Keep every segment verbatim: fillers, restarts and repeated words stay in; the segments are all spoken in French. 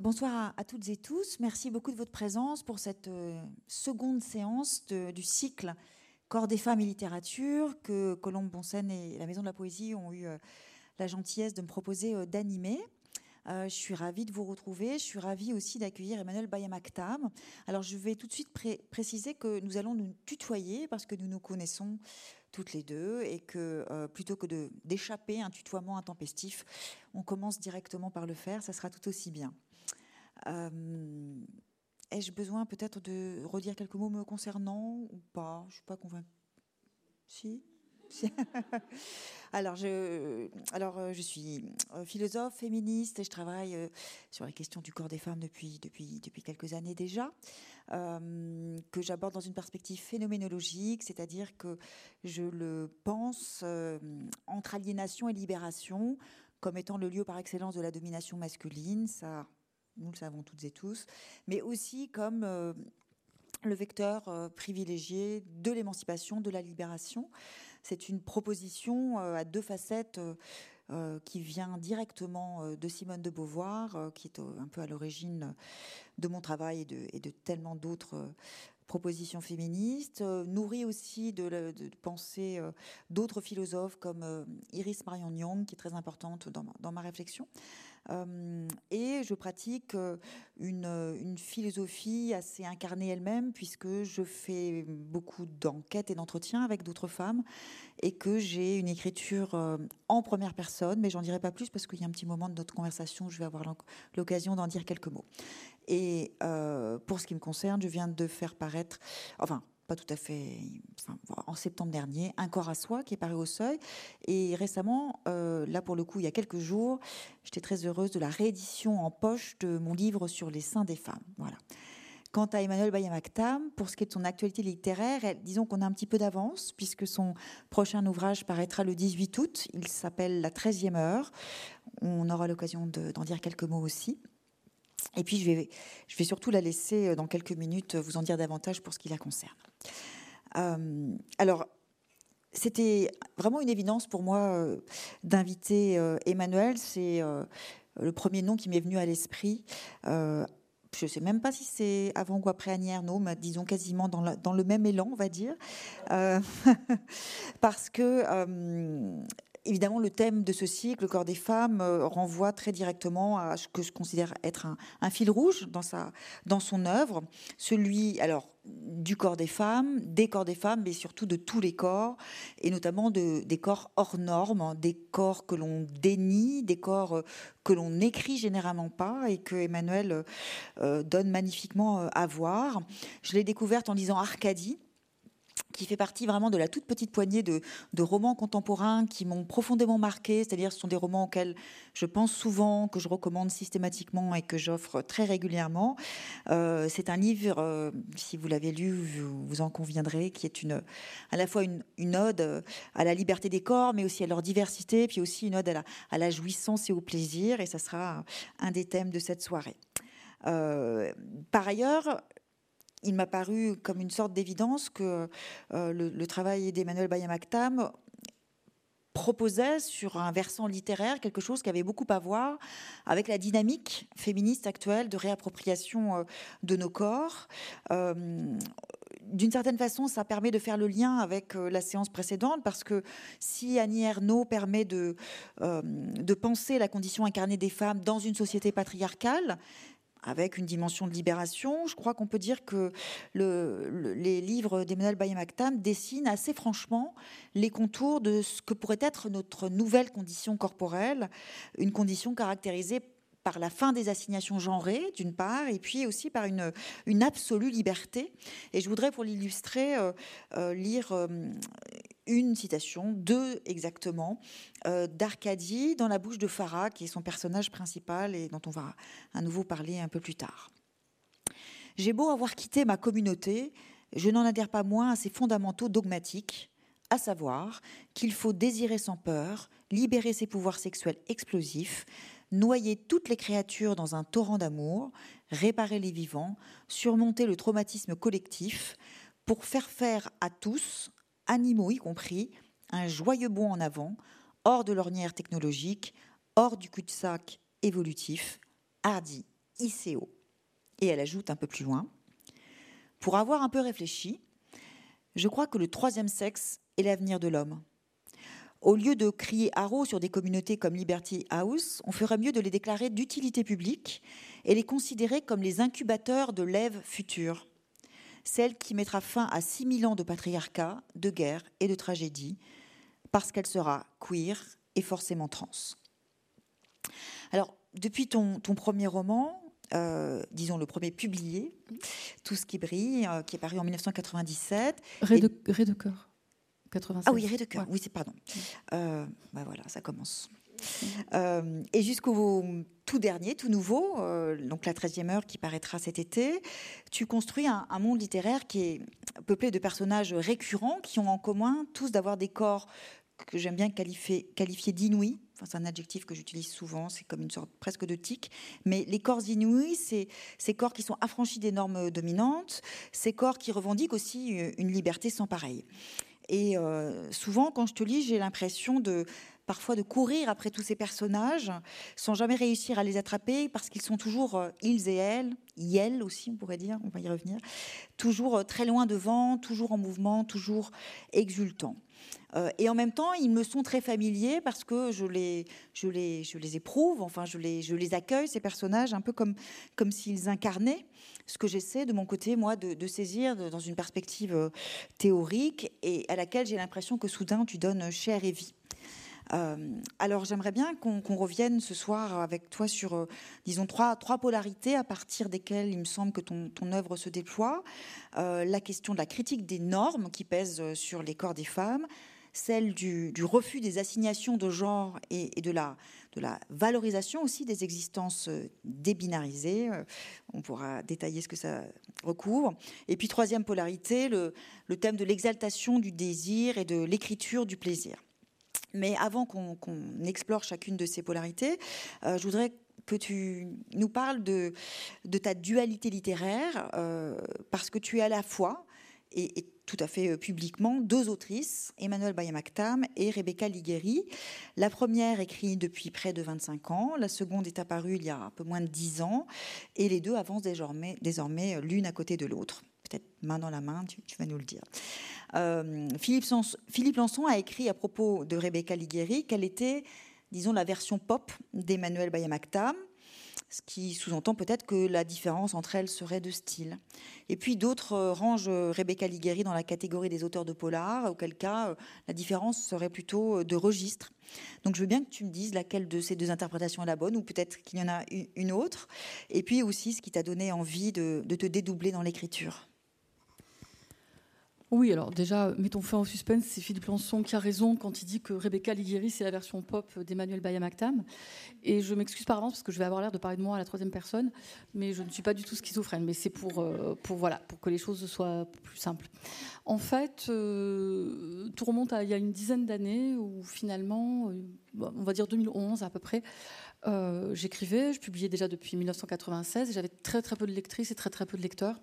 Bonsoir à, à toutes et tous. Merci beaucoup de votre présence pour cette euh, seconde séance de, du cycle Corps des femmes et littérature que Colombe Bonsen et la Maison de la Poésie ont eu euh, la gentillesse de me proposer euh, d'animer. Euh, je suis ravie de vous retrouver. Je suis ravie aussi d'accueillir Emmanuel Bayamaktam. Alors, je vais tout de suite pré- préciser que nous allons nous tutoyer parce que nous nous connaissons toutes les deux et que euh, plutôt que de, d'échapper à un tutoiement intempestif, on commence directement par le faire. Ça sera tout aussi bien. Euh, ai-je besoin peut-être de redire quelques mots me concernant ou pas? Je ne suis pas convaincue. Si, alors, je, alors, je suis philosophe féministe et je travaille sur la question du corps des femmes depuis, depuis, depuis quelques années déjà, euh, que j'aborde dans une perspective phénoménologique, c'est-à-dire que je le pense euh, entre aliénation et libération, comme étant le lieu par excellence de la domination masculine, ça, nous le savons toutes et tous, mais aussi comme euh, le vecteur euh, privilégié de l'émancipation, de la libération. C'est une proposition euh, à deux facettes euh, euh, qui vient directement euh, de Simone de Beauvoir, euh, qui est euh, un peu à l'origine de mon travail et de, et de tellement d'autres euh, propositions féministes, euh, nourrie aussi de, la, de pensées euh, d'autres philosophes comme euh, Iris Marion Young, qui est très importante dans ma, dans ma réflexion. Euh, et je pratique une, une philosophie assez incarnée elle-même, puisque je fais beaucoup d'enquêtes et d'entretiens avec d'autres femmes, et que j'ai une écriture euh, en première personne, mais j'en dirai pas plus parce qu'il y a un petit moment de notre conversation où je vais avoir l'occasion d'en dire quelques mots. Et euh, pour ce qui me concerne, je viens de faire paraître, enfin, pas tout à fait, enfin, en septembre dernier, Un corps à soi, qui est paru au Seuil. Et récemment, euh, là pour le coup, il y a quelques jours, j'étais très heureuse de la réédition en poche de mon livre sur les seins des femmes. Voilà. Quant à Emmanuel Bayamaktam, pour ce qui est de son actualité littéraire, elle, disons qu'on a un petit peu d'avance, puisque son prochain ouvrage paraîtra le dix-huit août. Il s'appelle La treizième heure. On aura l'occasion de, d'en dire quelques mots aussi. Et puis, je vais, je vais surtout la laisser dans quelques minutes vous en dire davantage pour ce qui la concerne. Euh, alors, c'était vraiment une évidence pour moi euh, d'inviter euh, Emmanuel. C'est euh, le premier nom qui m'est venu à l'esprit. Euh, je ne sais même pas si c'est avant ou après Annie Ernaux, mais disons quasiment dans, la, dans le même élan, on va dire. Euh, parce que... Euh, Évidemment, le thème de ce cycle, le corps des femmes, euh, renvoie très directement à ce que je considère être un, un fil rouge dans, sa, dans son œuvre, celui alors, du corps des femmes, des corps des femmes, mais surtout de tous les corps, et notamment de, des corps hors normes, des corps que l'on dénie, des corps euh, que l'on n'écrit généralement pas et que Emmanuel euh, donne magnifiquement euh, à voir. Je l'ai découverte en lisant Arcadie, qui fait partie vraiment de la toute petite poignée de, de romans contemporains qui m'ont profondément marqué, c'est-à-dire ce sont des romans auxquels je pense souvent, que je recommande systématiquement et que j'offre très régulièrement. Euh, c'est un livre, euh, si vous l'avez lu, vous, vous en conviendrez, qui est une, à la fois une, une ode à la liberté des corps, mais aussi à leur diversité, puis aussi une ode à la, à la jouissance et au plaisir, et ça sera un des thèmes de cette soirée. Euh, par ailleurs, il m'a paru comme une sorte d'évidence que euh, le, le travail d'Emmanuel Bayamaktam proposait sur un versant littéraire quelque chose qui avait beaucoup à voir avec la dynamique féministe actuelle de réappropriation euh, de nos corps. Euh, D'une certaine façon, ça permet de faire le lien avec euh, la séance précédente, parce que si Annie Ernaux permet de, euh, de penser la condition incarnée des femmes dans une société patriarcale, avec une dimension de libération, je crois qu'on peut dire que le, le, les livres d'Emmanuel Bayamaktam dessinent assez franchement les contours de ce que pourrait être notre nouvelle condition corporelle, une condition caractérisée par la fin des assignations genrées, d'une part, et puis aussi par une, une absolue liberté. Et je voudrais, pour l'illustrer, euh, euh, lire euh, une citation, deux exactement, euh, d'Arcadie dans la bouche de Farah, qui est son personnage principal et dont on va à nouveau parler un peu plus tard. « J'ai beau avoir quitté ma communauté, je n'en adhère pas moins à ses fondamentaux dogmatiques, à savoir qu'il faut désirer sans peur, libérer ses pouvoirs sexuels explosifs, noyer toutes les créatures dans un torrent d'amour, réparer les vivants, surmonter le traumatisme collectif, pour faire faire à tous, animaux y compris, un joyeux bond en avant, hors de l'ornière technologique, hors du cul-de-sac évolutif, hardi I C O. Et elle ajoute un peu plus loin, pour avoir un peu réfléchi, je crois que le troisième sexe est l'avenir de l'homme. Au lieu de crier haro sur des communautés comme Liberty House, on ferait mieux de les déclarer d'utilité publique et les considérer comme les incubateurs de l'Ève future, celle qui mettra fin à six mille ans de patriarcat, de guerre et de tragédie, parce qu'elle sera queer et forcément trans. Alors, depuis ton, ton premier roman, Euh, disons le premier publié, Tout ce qui brille, euh, qui est paru en mille neuf cent quatre-vingt-dix-sept. Ré de, Ré de cœur, quatre-vingt-sept. Ah oui, Ré de cœur, ouais. Oui, c'est pardon. Euh, bah voilà, ça commence. Euh, et jusqu'au tout dernier, tout nouveau, euh, donc la treizième heure qui paraîtra cet été, tu construis un, un monde littéraire qui est peuplé de personnages récurrents qui ont en commun tous d'avoir des corps que j'aime bien qualifier, qualifier d'inouïs. Enfin, c'est un adjectif que j'utilise souvent, c'est comme une sorte presque de tic. Mais les corps inouïs, c'est ces corps qui sont affranchis des normes dominantes, ces corps qui revendiquent aussi une liberté sans pareil. Et euh, souvent, quand je te lis, j'ai l'impression de parfois de courir après tous ces personnages sans jamais réussir à les attraper parce qu'ils sont toujours, euh, ils et elles, yel aussi on pourrait dire, on va y revenir, toujours euh, très loin devant, toujours en mouvement, toujours exultants. Euh, et en même temps, ils me sont très familiers parce que je les, je les, je les éprouve, enfin je les, je les accueille, ces personnages, un peu comme, comme s'ils incarnaient ce que j'essaie de mon côté, moi, de, de saisir de, dans une perspective euh, théorique et à laquelle j'ai l'impression que soudain tu donnes chair et vie. Euh, alors j'aimerais bien qu'on, qu'on revienne ce soir avec toi sur, euh, disons, trois, trois polarités à partir desquelles il me semble que ton, ton œuvre se déploie. Euh, la question de la critique des normes qui pèsent sur les corps des femmes, celle du, du refus des assignations de genre et, et de, la, de la valorisation aussi des existences débinarisées. On pourra détailler ce que ça recouvre. Et puis troisième polarité, le, le thème de l'exaltation du désir et de l'écriture du plaisir. Mais avant qu'on, qu'on explore chacune de ces polarités, euh, je voudrais que tu nous parles de, de ta dualité littéraire, euh, parce que tu es à la fois, et, et tout à fait publiquement, deux autrices, Emmanuelle Bayamaktam et Rebecca Ligueri. La première écrit depuis près de vingt-cinq ans, la seconde est apparue il y a un peu moins de dix ans, et les deux avancent désormais, désormais l'une à côté de l'autre. Peut-être main dans la main, tu, tu vas nous le dire. Euh, Philippe, Sanson, Philippe Lançon a écrit à propos de Rebecca Ligueri qu'elle était, disons, la version pop d'Emmanuelle Bayamaktam, ce qui sous-entend peut-être que la différence entre elles serait de style. Et puis d'autres rangent Rebecca Ligueri dans la catégorie des auteurs de polar, auquel cas la différence serait plutôt de registre. Donc je veux bien que tu me dises laquelle de ces deux interprétations est la bonne, ou peut-être qu'il y en a une autre, et puis aussi ce qui t'a donné envie de, de te dédoubler dans l'écriture. Oui, alors déjà, mettons fin au suspense, c'est Philippe Lançon qui a raison quand il dit que Rebecca Ligueri, c'est la version pop d'Emmanuelle Bayamaktam. Et je m'excuse par avance parce que je vais avoir l'air de parler de moi à la troisième personne, mais je ne suis pas du tout schizophrène, mais c'est pour, euh, pour, voilà, pour que les choses soient plus simples. En fait, euh, tout remonte à il y a une dizaine d'années où finalement, euh, on va dire deux mille onze à peu près, euh, j'écrivais, je publiais déjà depuis mille neuf cent quatre-vingt-seize et j'avais très très peu de lectrices et très très peu de lecteurs.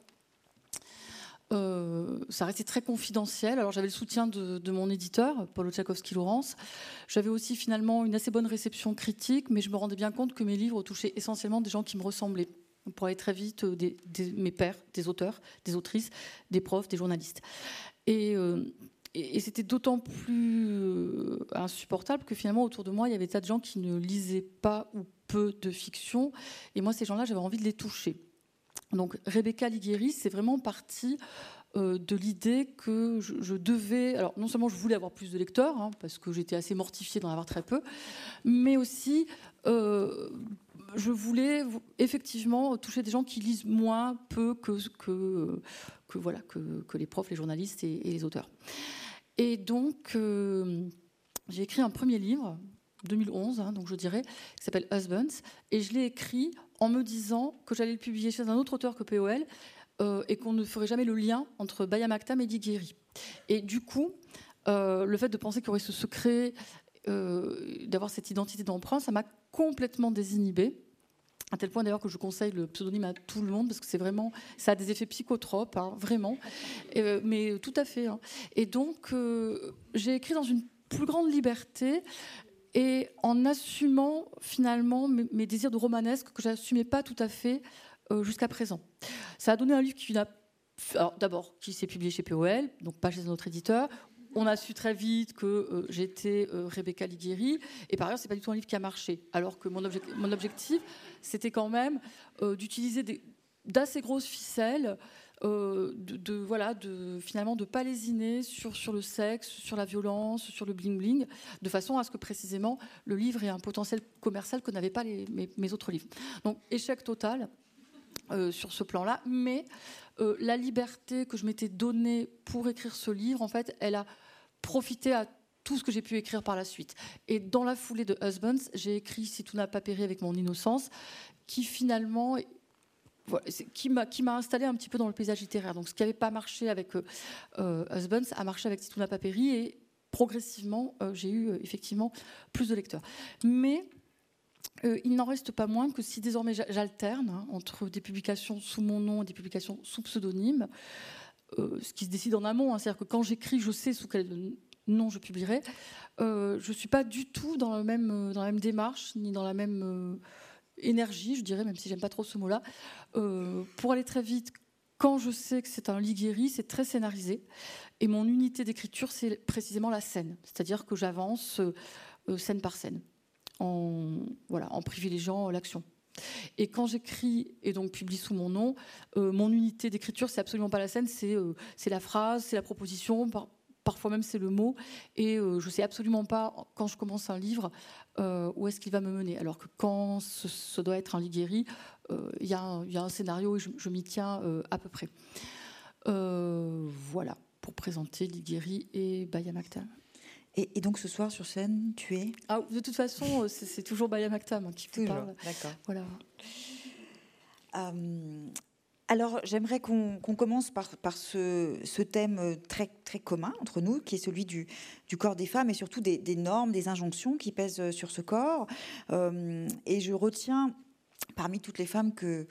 Euh, ça restait très confidentiel. Alors j'avais le soutien de, de mon éditeur, Paul Tchaikovsky-Laurence. J'avais aussi finalement une assez bonne réception critique, mais je me rendais bien compte que mes livres touchaient essentiellement des gens qui me ressemblaient. Pour aller très vite, des, des, mes pairs, des auteurs, des autrices, des profs, des journalistes. Et, euh, et, et c'était d'autant plus euh, insupportable que finalement autour de moi, il y avait des tas de gens qui ne lisaient pas ou peu de fiction. Et moi, ces gens-là, j'avais envie de les toucher. Donc Rebecca Ligueri, c'est vraiment parti euh, de l'idée que je, je devais... Alors non seulement je voulais avoir plus de lecteurs, hein, parce que j'étais assez mortifiée d'en avoir très peu, mais aussi euh, je voulais effectivement toucher des gens qui lisent moins, peu que, que, que, voilà, que, que les profs, les journalistes et, et les auteurs. Et donc euh, j'ai écrit un premier livre, deux mille onze, hein, donc je dirais, qui s'appelle Husbands, et je l'ai écrit en me disant que j'allais le publier chez un autre auteur que P O L euh, et qu'on ne ferait jamais le lien entre Bayamaktam et Ligueri. Et du coup, euh, le fait de penser qu'il y aurait ce secret, euh, d'avoir cette identité d'emprunt, ça m'a complètement désinhibée. À tel point d'ailleurs que je conseille le pseudonyme à tout le monde parce que c'est vraiment, ça a des effets psychotropes, hein, vraiment, et, euh, mais tout à fait. Hein. Et donc, euh, j'ai écrit dans une plus grande liberté. et en assumant finalement mes, mes désirs de romanesque que j'assumais pas tout à fait euh, jusqu'à présent. Ça a donné un livre qui n'a, alors d'abord qui s'est publié chez P O L, donc pas chez un autre éditeur. On a su très vite que euh, j'étais euh, Rebecca Liguieri, et par ailleurs c'est pas du tout un livre qui a marché, alors que mon, objectif, mon objectif c'était quand même euh, d'utiliser des, d'assez grosses ficelles. Euh, de, de, voilà, de, finalement de pas lésiner sur, sur le sexe, sur la violence, sur le bling-bling, de façon à ce que précisément le livre ait un potentiel commercial que n'avaient pas les, mes, mes autres livres. Donc échec total euh, sur ce plan-là, mais euh, la liberté que je m'étais donnée pour écrire ce livre, en fait, elle a profité à tout ce que j'ai pu écrire par la suite. Et dans la foulée de Husbands, j'ai écrit Si tout n'a pas péri avec mon innocence, qui finalement... Voilà, qui m'a qui m'a installé un petit peu dans le paysage littéraire. Donc ce qui n'avait pas marché avec euh, Husbands a marché avec Si tout n'a pas péri, et progressivement euh, j'ai eu euh, effectivement plus de lecteurs. Mais euh, il n'en reste pas moins que si désormais j'alterne hein, entre des publications sous mon nom et des publications sous pseudonyme, euh, ce qui se décide en amont, hein, c'est-à-dire que quand j'écris, je sais sous quel nom je publierai. Euh, je ne suis pas du tout dans la même dans la même démarche ni dans la même euh, énergie, je dirais, même si j'aime pas trop ce mot-là, euh, pour aller très vite. Quand je sais que c'est un Liguieri, c'est très scénarisé, et mon unité d'écriture, c'est précisément la scène, c'est-à-dire que j'avance euh, scène par scène, en, voilà, en privilégiant l'action. Et quand j'écris et donc publie sous mon nom, euh, mon unité d'écriture, c'est absolument pas la scène, c'est euh, c'est la phrase, c'est la proposition. Par, Parfois même c'est le mot, et euh, je ne sais absolument pas, quand je commence un livre, euh, où est-ce qu'il va me mener. Alors que quand ce, ce doit être un Liguieri, il euh, y, y a un scénario et je, je m'y tiens euh, à peu près. Euh, voilà, pour présenter Liguieri et Baya Mactam. Et, et donc ce soir sur scène, tu es ah, de toute façon, c'est, c'est toujours Baya Mactam hein, qui vous toujours, parle. D'accord. Voilà. Euh... Alors, j'aimerais qu'on, qu'on commence par, par ce, ce thème très, très commun entre nous, qui est celui du, du corps des femmes et surtout des, des normes, des injonctions qui pèsent sur ce corps. Euh, et je retiens, parmi toutes les femmes que,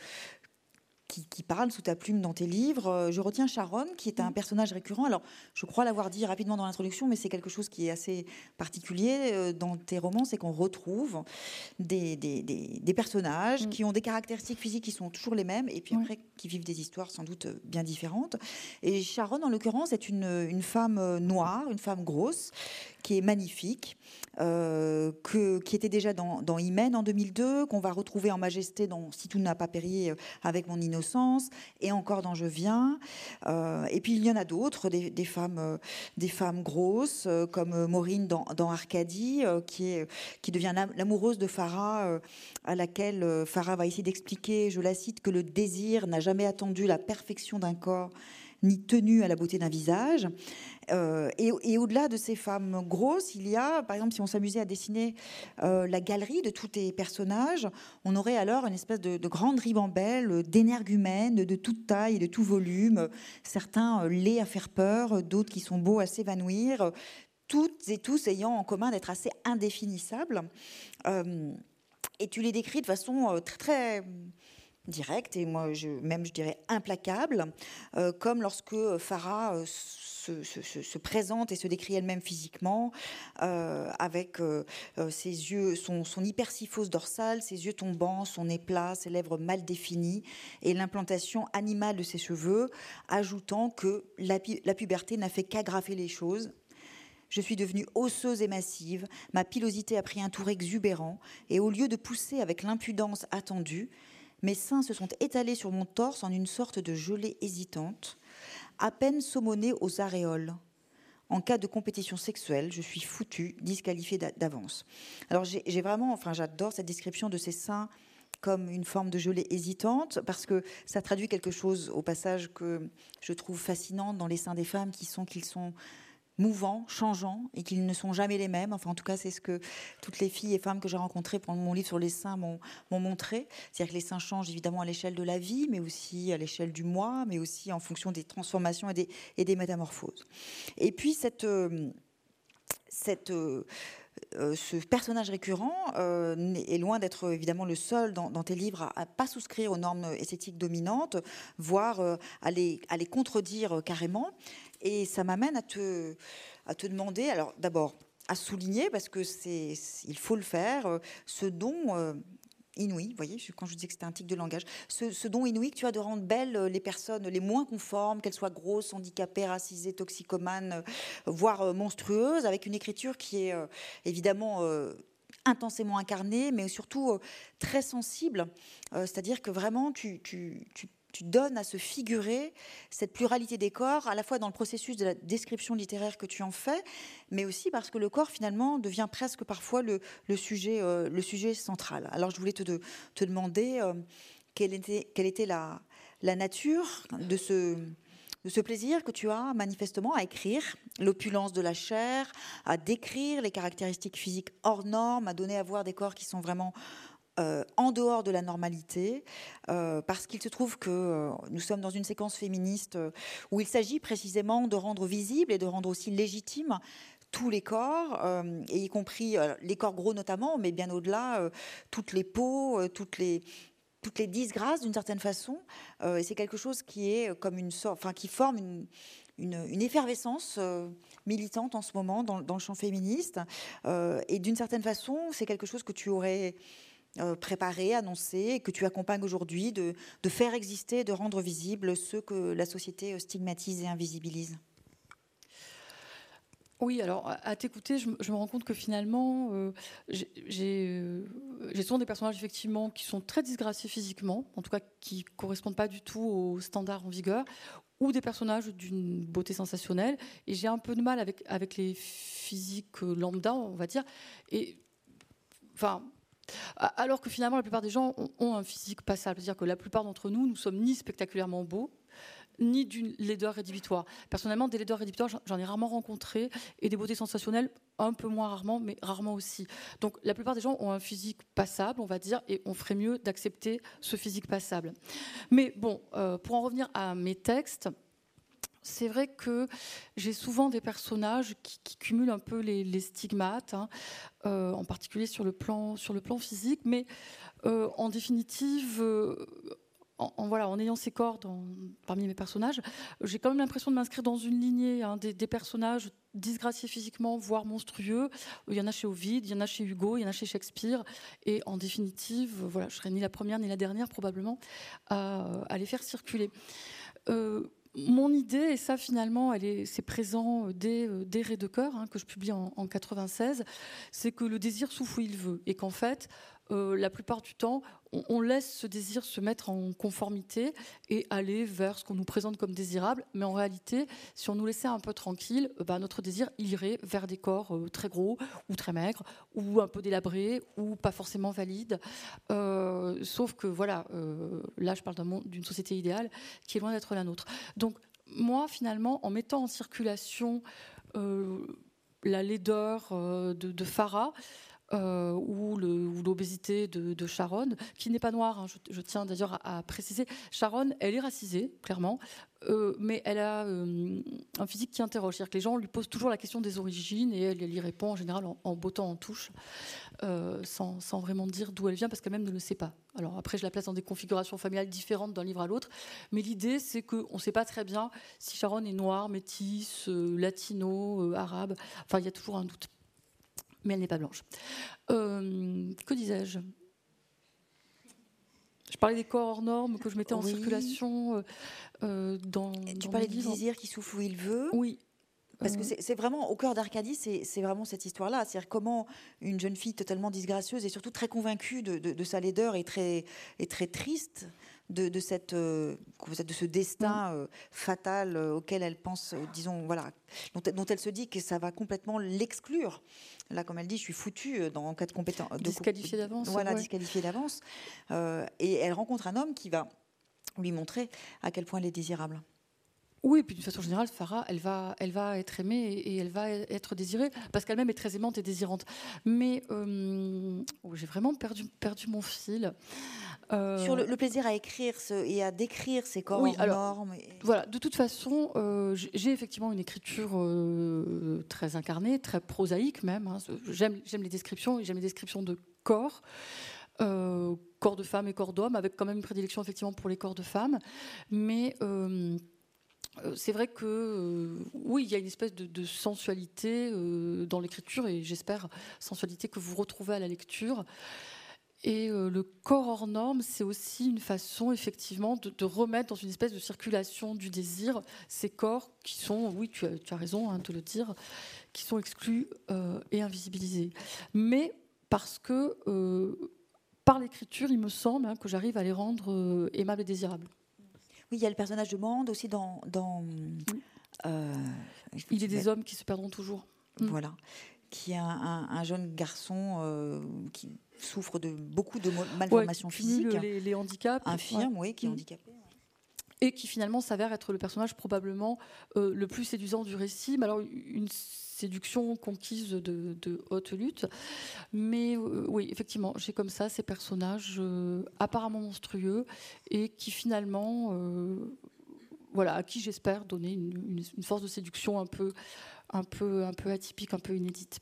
qui, qui parlent sous ta plume dans tes livres, je retiens Sharon, qui est un personnage récurrent. Alors, je crois l'avoir dit rapidement dans l'introduction, mais c'est quelque chose qui est assez particulier dans tes romans, c'est qu'on retrouve des, des, des, des personnages mmh. qui ont des caractéristiques physiques qui sont toujours les mêmes, et puis après, mmh. qui vivent des histoires sans doute bien différentes. Et Sharon, en l'occurrence, est une, une femme noire, une femme grosse, qui est magnifique, euh, que, qui était déjà dans, dans Hymen en deux mille deux, qu'on va retrouver en majesté dans Si tout n'a pas péri avec mon innocence, et encore dans Je viens. Euh, et puis il y en a d'autres, des, des, femmes, euh, des femmes grosses, euh, comme Maureen dans, dans Arcadie, euh, qui, est, qui devient l'amoureuse de Farah, euh, à laquelle euh, Farah va essayer d'expliquer, je la cite, que le désir n'a jamais attendu la perfection d'un corps, ni tenu à la beauté d'un visage. Euh, et, et au-delà de ces femmes grosses, il y a, par exemple, si on s'amusait à dessiner euh, la galerie de tous tes personnages, on aurait alors une espèce de, de grande ribambelle d'énergumènes de toute taille et de tout volume, certains euh, laids à faire peur, d'autres qui sont beaux à s'évanouir, toutes et tous ayant en commun d'être assez indéfinissables. Euh, et tu les décris de façon euh, très, très directe, et moi je, même je dirais implacable, euh, comme lorsque Farah euh, se, se, se présente et se décrit elle-même physiquement, euh, avec euh, ses yeux, son, son hypersyphose dorsale, ses yeux tombants, son nez plat, ses lèvres mal définies et l'implantation animale de ses cheveux, ajoutant que la, la puberté n'a fait qu'aggraver les choses. Je suis devenue osseuse et massive, ma pilosité a pris un tour exubérant, et au lieu de pousser avec l'impudence attendue, mes seins se sont étalés sur mon torse en une sorte de gelée hésitante, à peine saumonée aux aréoles. En cas de compétition sexuelle, je suis foutue, disqualifiée d'avance. Alors j'ai, j'ai vraiment, enfin j'adore cette description de ces seins comme une forme de gelée hésitante, parce que ça traduit quelque chose au passage que je trouve fascinant dans les seins des femmes, qui sont qu'ils sont mouvants, changeants, et qu'ils ne sont jamais les mêmes. Enfin, en tout cas, c'est ce que toutes les filles et femmes que j'ai rencontrées pendant mon livre sur les seins m'ont, m'ont montré. C'est-à-dire que les seins changent évidemment à l'échelle de la vie, mais aussi à l'échelle du mois, mais aussi en fonction des transformations et des, et des métamorphoses. Et puis, cette... Euh, cette euh, Euh, ce personnage récurrent euh, est loin d'être évidemment le seul dans, dans tes livres à ne pas souscrire aux normes esthétiques dominantes, voire euh, à, les, à les contredire carrément. Et ça m'amène à te, à te demander, alors d'abord, à souligner, parce que c'est, il faut le faire, euh, ce don euh, inouï, vous voyez, quand je disais que c'était un tic de langage, ce, ce don inouï que tu as de rendre belles les personnes les moins conformes, qu'elles soient grosses, handicapées, racisées, toxicomanes, euh, voire euh, monstrueuses, avec une écriture qui est euh, évidemment euh, intensément incarnée, mais surtout euh, très sensible. Euh, c'est-à-dire que vraiment, tu, tu, tu tu donnes à se figurer cette pluralité des corps, à la fois dans le processus de la description littéraire que tu en fais, mais aussi parce que le corps, finalement, devient presque parfois le, le, sujet, euh, le sujet central. Alors, je voulais te, de, te demander euh, quelle était, quelle était la, la nature de ce, de ce plaisir que tu as manifestement à écrire, l'opulence de la chair, à décrire les caractéristiques physiques hors normes, à donner à voir des corps qui sont vraiment Euh, en dehors de la normalité, euh, parce qu'il se trouve que euh, nous sommes dans une séquence féministe euh, où il s'agit précisément de rendre visible et de rendre aussi légitime tous les corps, euh, et y compris euh, les corps gros notamment, mais bien au-delà, euh, toutes les peaux, euh, toutes les toutes les disgrâces d'une certaine façon. Euh, et c'est quelque chose qui est comme une sorte, enfin qui forme une Une, une effervescence euh, militante en ce moment dans, dans le champ féministe. Euh, et d'une certaine façon, c'est quelque chose que tu aurais euh, préparé, annoncé, et que tu accompagnes aujourd'hui, de, de faire exister, de rendre visibles ceux que la société stigmatise et invisibilise. Oui, alors à t'écouter, je, je me rends compte que finalement, euh, j'ai euh, souvent des personnages effectivement qui sont très disgraciés physiquement, en tout cas qui ne correspondent pas du tout aux standards en vigueur, ou des personnages d'une beauté sensationnelle. Et j'ai un peu de mal avec, avec les physiques lambda, on va dire. Et, enfin, alors que finalement, la plupart des gens ont, ont un physique passable. C'est-à-dire que la plupart d'entre nous, nous sommes ni spectaculairement beaux, ni d'une laideur rédhibitoire. Personnellement, des laideurs rédhibitoires, j'en ai rarement rencontré, et des beautés sensationnelles, un peu moins rarement, mais rarement aussi. Donc la plupart des gens ont un physique passable, on va dire, et on ferait mieux d'accepter ce physique passable. Mais bon, euh, pour en revenir à mes textes, c'est vrai que j'ai souvent des personnages qui, qui cumulent un peu les, les stigmates, hein, euh, en particulier sur le plan, sur le plan physique, mais euh, en définitive... Euh, En, en, voilà, en ayant ces corps dans, parmi mes personnages, j'ai quand même l'impression de m'inscrire dans une lignée, hein, des, des personnages disgraciés physiquement, voire monstrueux. Il y en a chez Ovide, il y en a chez Hugo, il y en a chez Shakespeare. Et en définitive, voilà, je serai ni la première ni la dernière probablement à, à les faire circuler. Euh, Mon idée, et ça finalement, elle est, c'est présent dès, dès Raies de cœur, hein, que je publie en, en quatre-vingt-seize, c'est que le désir souffle où il veut. Et qu'en fait, euh, la plupart du temps, on, on laisse ce désir se mettre en conformité et aller vers ce qu'on nous présente comme désirable. Mais en réalité, si on nous laissait un peu tranquille, euh, bah, notre désir il irait vers des corps euh, très gros ou très maigres, ou un peu délabrés, ou pas forcément valides. Euh, sauf que, voilà, euh, là, je parle d'un monde, d'une société idéale qui est loin d'être la nôtre. Donc, moi, finalement, en mettant en circulation euh, la laideur euh, de, de Farah, Euh, ou, le, ou l'obésité de, de Sharon, qui n'est pas noire, hein, je, je tiens d'ailleurs à, à préciser. Sharon, elle est racisée, clairement, euh, mais elle a euh, un physique qui interroge. C'est-à-dire que les gens lui posent toujours la question des origines, et elle, elle y répond en général en, en bottant en touche, euh, sans, sans vraiment dire d'où elle vient, parce qu'elle-même ne le sait pas. Alors après, je la place dans des configurations familiales différentes d'un livre à l'autre, mais l'idée, c'est qu'on ne sait pas très bien si Sharon est noire, métisse, euh, latino, euh, arabe. Enfin, il y a toujours un doute. Mais elle n'est pas blanche. Euh, que disais-je ? Je parlais des corps hors normes que je mettais en oui. circulation euh, dans. Et tu dans parlais du désir qui souffle où il veut. Oui. Parce que c'est, c'est vraiment, au cœur d'Arcadie, c'est, c'est vraiment cette histoire-là. C'est-à-dire comment une jeune fille totalement disgracieuse et surtout très convaincue de, de, de sa laideur et très, et très triste de, de, cette, euh, de ce destin euh, fatal euh, auquel elle pense, euh, disons, voilà, dont, dont elle se dit que ça va complètement l'exclure. Là, comme elle dit, je suis foutue dans, en cas de compétence. Disqualifiée d'avance. Voilà, ouais. disqualifiée d'avance. Euh, et elle rencontre un homme qui va lui montrer à quel point elle est désirable. Oui, et puis d'une façon générale, Farah, elle va, elle va être aimée et elle va être désirée, parce qu'elle-même est très aimante et désirante. Mais euh, oh, j'ai vraiment perdu, perdu mon fil. Euh... Sur le, le plaisir à écrire ce, et à décrire ces corps oui, hors alors, normes. Et... Voilà, de toute façon, euh, j'ai effectivement une écriture euh, très incarnée, très prosaïque même. Hein. J'aime, j'aime les descriptions, et j'aime les descriptions de corps. Euh, corps de femmes et corps d'hommes, avec quand même une prédilection effectivement pour les corps de femmes. Mais... Euh, euh, c'est vrai que euh, oui, il y a une espèce de, de sensualité euh, dans l'écriture, et j'espère sensualité que vous retrouvez à la lecture. Et euh, le corps hors norme, c'est aussi une façon, effectivement, de, de remettre dans une espèce de circulation du désir ces corps qui sont, oui, tu as, tu as raison hein, de le dire, qui sont exclus euh, et invisibilisés. Mais parce que, euh, par l'écriture, il me semble hein, que j'arrive à les rendre euh, aimables et désirables. Oui, il y a le personnage de Mande aussi dans... dans oui. euh, il est des hommes qui se perdront toujours. Voilà. Qui est un, un, un jeune garçon euh, qui souffre de beaucoup de malformations ouais, physiques. Les, les handicaps. Infirme, ouais. oui, qui est mmh. handicapé. Et qui finalement s'avère être le personnage probablement euh, le plus séduisant du récit. Mais alors, une séduction conquise de, de haute lutte. Mais euh, oui, effectivement, j'ai comme ça ces personnages euh, apparemment monstrueux et qui finalement, euh, voilà, à qui j'espère donner une, une, une force de séduction un peu, un peu, un peu atypique, un peu inédite.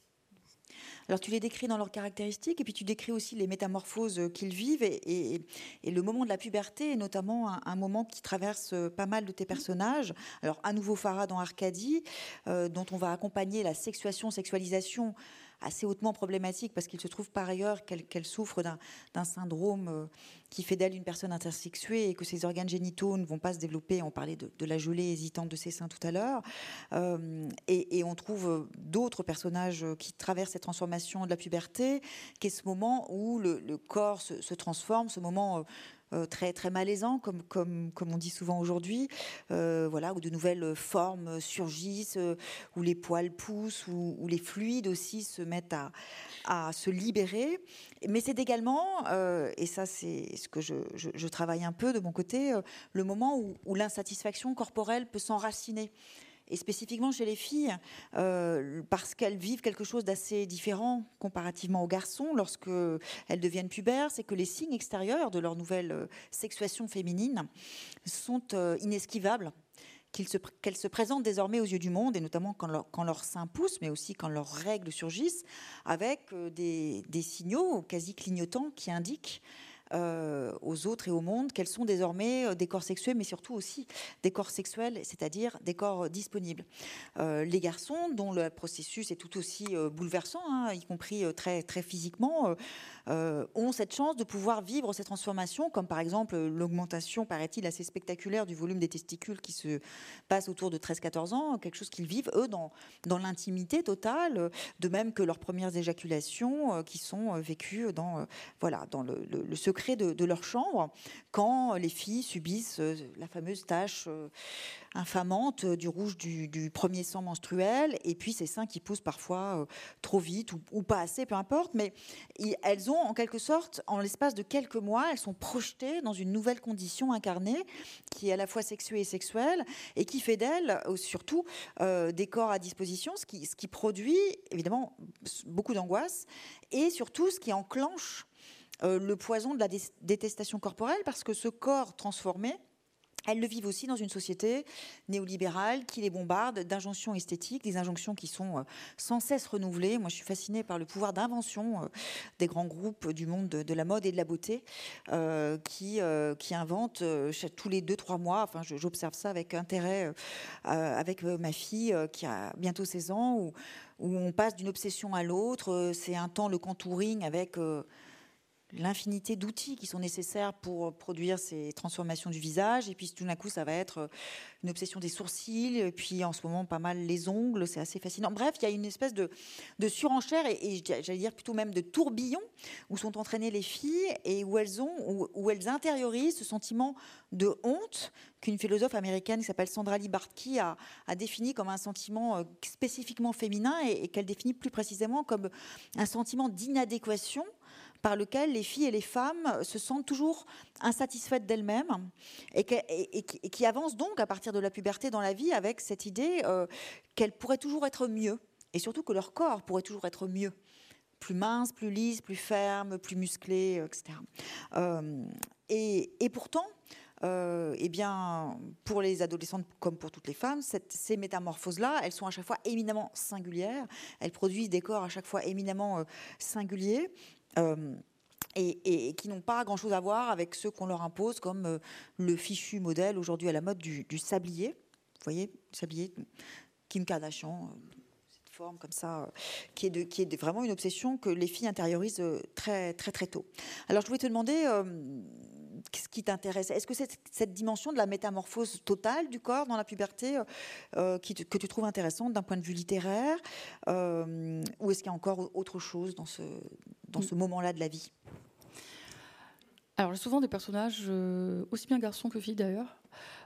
Alors tu les décris dans leurs caractéristiques et puis tu décris aussi les métamorphoses qu'ils vivent et, et, et le moment de la puberté est notamment un, un moment qui traverse pas mal de tes personnages. Alors à nouveau Farah dans Arcadie, euh, dont on va accompagner la sexuation, sexualisation assez hautement problématique parce qu'il se trouve par ailleurs qu'elle, qu'elle souffre d'un, d'un syndrome euh, qui fait d'elle une personne intersexuée et que ses organes génitaux ne vont pas se développer. On parlait de, de la gelée hésitante de ses seins tout à l'heure. Euh, et, et on trouve d'autres personnages qui traversent cette transformation de la puberté, qui est ce moment où le, le corps se, se transforme, ce moment... Euh, Euh, très, très malaisant, comme, comme, comme on dit souvent aujourd'hui, euh, voilà, où de nouvelles formes surgissent, euh, où les poils poussent, où, où les fluides aussi se mettent à, à se libérer. Mais c'est également, euh, et ça c'est ce que je, je, je travaille un peu de mon côté, euh, le moment où, où l'insatisfaction corporelle peut s'enraciner. Et spécifiquement chez les filles, euh, parce qu'elles vivent quelque chose d'assez différent comparativement aux garçons lorsqu'elles deviennent pubères, c'est que les signes extérieurs de leur nouvelle euh, sexuation féminine sont euh, inesquivables, qu'ils se, qu'elles se présentent désormais aux yeux du monde, et notamment quand leur, quand leur sein pousse, mais aussi quand leurs règles surgissent, avec euh, des, des signaux quasi clignotants qui indiquent Euh, aux autres et au monde, quels sont désormais des corps sexués, mais surtout aussi des corps sexuels, c'est-à-dire des corps disponibles. Euh, les garçons, dont le processus est tout aussi euh, bouleversant, hein, y compris euh, très, très physiquement, euh, euh, ont cette chance de pouvoir vivre ces transformations, comme par exemple l'augmentation, paraît-il, assez spectaculaire du volume des testicules qui se passe autour de treize quatorze ans, quelque chose qu'ils vivent, eux, dans, dans l'intimité totale, de même que leurs premières éjaculations euh, qui sont euh, vécues dans, euh, voilà, dans le, le, le secret De, de leur chambre, quand les filles subissent euh, la fameuse tache euh, infamante euh, du rouge du, du premier sang menstruel, et puis ces seins qui poussent parfois euh, trop vite ou, ou pas assez, peu importe, mais y, elles ont en quelque sorte, en l'espace de quelques mois, elles sont projetées dans une nouvelle condition incarnée, qui est à la fois sexuée et sexuelle, et qui fait d'elles, euh, surtout, euh, des corps à disposition, ce qui, ce qui produit évidemment beaucoup d'angoisse, et surtout ce qui enclenche Euh, le poison de la dé- détestation corporelle, parce que ce corps transformé, elles le vivent aussi dans une société néolibérale qui les bombarde d'injonctions esthétiques, des injonctions qui sont euh, sans cesse renouvelées. Moi, je suis fascinée par le pouvoir d'invention euh, des grands groupes du monde de, de la mode et de la beauté euh, qui, euh, qui inventent euh, tous les deux, trois mois. Enfin, je, j'observe ça avec intérêt euh, avec euh, ma fille euh, qui a bientôt seize ans, où, où on passe d'une obsession à l'autre. C'est un temps le contouring avec... Euh, l'infinité d'outils qui sont nécessaires pour produire ces transformations du visage. Et puis tout d'un coup, ça va être une obsession des sourcils, et puis en ce moment, pas mal les ongles. C'est assez fascinant. Bref, il y a une espèce de, de surenchère, et, et j'allais dire plutôt même de tourbillon, où sont entraînées les filles et où elles, ont, où, où elles intériorisent ce sentiment de honte qu'une philosophe américaine qui s'appelle Sandra Lee Bartke a, a défini comme un sentiment spécifiquement féminin, et, et qu'elle définit plus précisément comme un sentiment d'inadéquation par lequel les filles et les femmes se sentent toujours insatisfaites d'elles-mêmes, et, que, et, et, et qui avancent donc à partir de la puberté dans la vie avec cette idée euh, qu'elles pourraient toujours être mieux, et surtout que leur corps pourrait toujours être mieux, plus mince, plus lisse, plus ferme, plus musclé, et cetera. Euh, et, et pourtant, Euh, eh bien, pour les adolescentes comme pour toutes les femmes, cette, ces métamorphoses-là, elles sont à chaque fois éminemment singulières. Elles produisent des corps à chaque fois éminemment euh, singuliers. Euh, et, et, et qui n'ont pas grand-chose à voir avec ceux qu'on leur impose, comme euh, le fichu modèle aujourd'hui à la mode du, du sablier. voyez, s'habiller, Kim Kardashian, cette forme comme ça, euh, qui est, de, qui est de, vraiment une obsession que les filles intériorisent euh, très, très, très tôt. Alors, je voulais te demander, euh, qu'est-ce qui t'intéresse? Est-ce que c'est cette dimension de la métamorphose totale du corps dans la puberté euh, qui te, que tu trouves intéressante d'un point de vue littéraire, euh, ou est-ce qu'il y a encore autre chose dans ce, dans ce moment-là de la vie? Alors, j'ai souvent des personnages, euh, aussi bien garçons que filles d'ailleurs,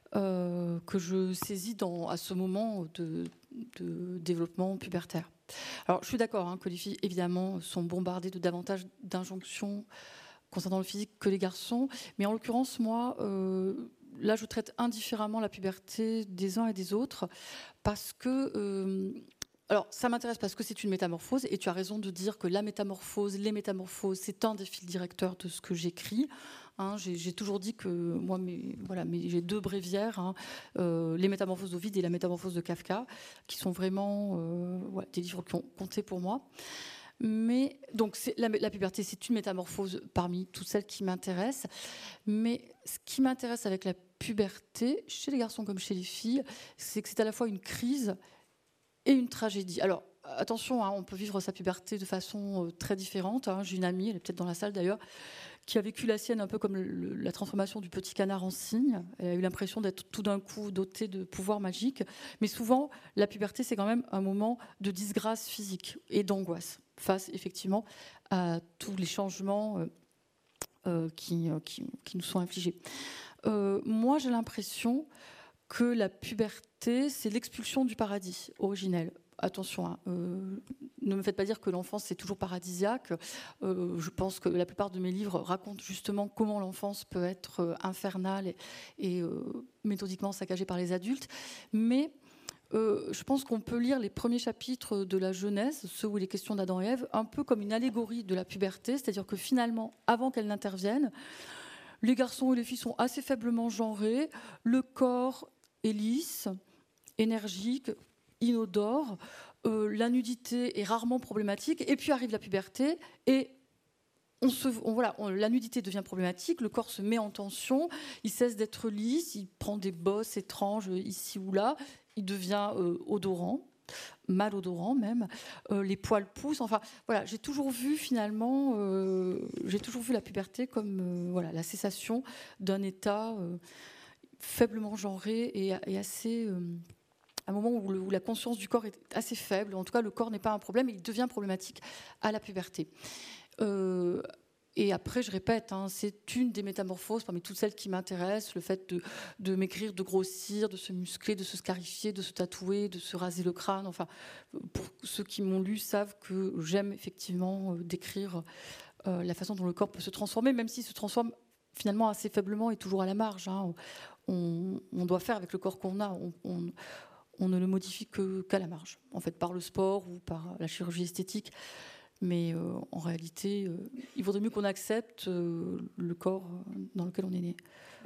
euh, que je saisis dans, à ce moment de, de développement pubertaire. Alors, je suis d'accord hein, que les filles, évidemment, sont bombardées de davantage d'injonctions concernant le physique que les garçons, mais en l'occurrence, moi, euh, là, je traite indifféremment la puberté des uns et des autres, parce que... Euh, alors, ça m'intéresse parce que c'est une métamorphose, et tu as raison de dire que la métamorphose, les métamorphoses, c'est un des fils directeurs de ce que j'écris. Hein, j'ai, j'ai toujours dit que moi, mes, voilà, mes, j'ai deux bréviaires, hein, euh, les métamorphoses d'Ovide et la métamorphose de Kafka, qui sont vraiment euh, ouais, des livres qui ont compté pour moi. Mais donc, c'est, la, la puberté, c'est une métamorphose parmi toutes celles qui m'intéressent. Mais ce qui m'intéresse avec la puberté, chez les garçons comme chez les filles, c'est que c'est à la fois une crise et une tragédie. Alors, attention, hein, on peut vivre sa puberté de façon euh, très différente. Hein. J'ai une amie, elle est peut-être dans la salle d'ailleurs, qui a vécu la sienne un peu comme le, la transformation du petit canard en cygne. Elle a eu l'impression d'être tout d'un coup dotée de pouvoirs magiques. Mais souvent, la puberté, c'est quand même un moment de disgrâce physique et d'angoisse face, effectivement, à tous les changements euh, euh, qui, euh, qui, qui nous sont infligés. Euh, moi, j'ai l'impression que la puberté, c'est l'expulsion du paradis originel. Attention, hein, euh, ne me faites pas dire que l'enfance, c'est toujours paradisiaque. Euh, je pense que la plupart de mes livres racontent justement comment l'enfance peut être euh, infernale et, et euh, méthodiquement saccagée par les adultes. Mais euh, je pense qu'on peut lire les premiers chapitres de la Genèse, ceux où il est question d'Adam et Ève, un peu comme une allégorie de la puberté, c'est-à-dire que finalement, avant qu'elle n'intervienne, les garçons et les filles sont assez faiblement genrés, le corps est lisse, énergique, inodore, euh, la nudité est rarement problématique, et puis arrive la puberté, et on se, on, voilà, on, la nudité devient problématique, le corps se met en tension, il cesse d'être lisse, il prend des bosses étranges ici ou là, il devient euh, odorant, malodorant même, euh, les poils poussent, enfin voilà, j'ai toujours vu finalement, euh, j'ai toujours vu la puberté comme euh, voilà, la cessation d'un état euh, faiblement genré et, et assez... Euh, un moment où, le, où la conscience du corps est assez faible, en tout cas le corps n'est pas un problème, et il devient problématique à la puberté. Euh, et après, je répète, hein, c'est une des métamorphoses parmi toutes celles qui m'intéressent, le fait de, de maigrir, de grossir, de se muscler, de se scarifier, de se tatouer, de se raser le crâne. Enfin, pour ceux qui m'ont lu savent que j'aime effectivement euh, décrire euh, la façon dont le corps peut se transformer, même s'il se transforme finalement assez faiblement et toujours à la marge. Hein. On, on doit faire avec le corps qu'on a. On, on, on ne le modifie que, qu'à la marge, en fait, par le sport ou par la chirurgie esthétique. Mais euh, en réalité, euh, il vaudrait mieux qu'on accepte euh, le corps dans lequel on est né.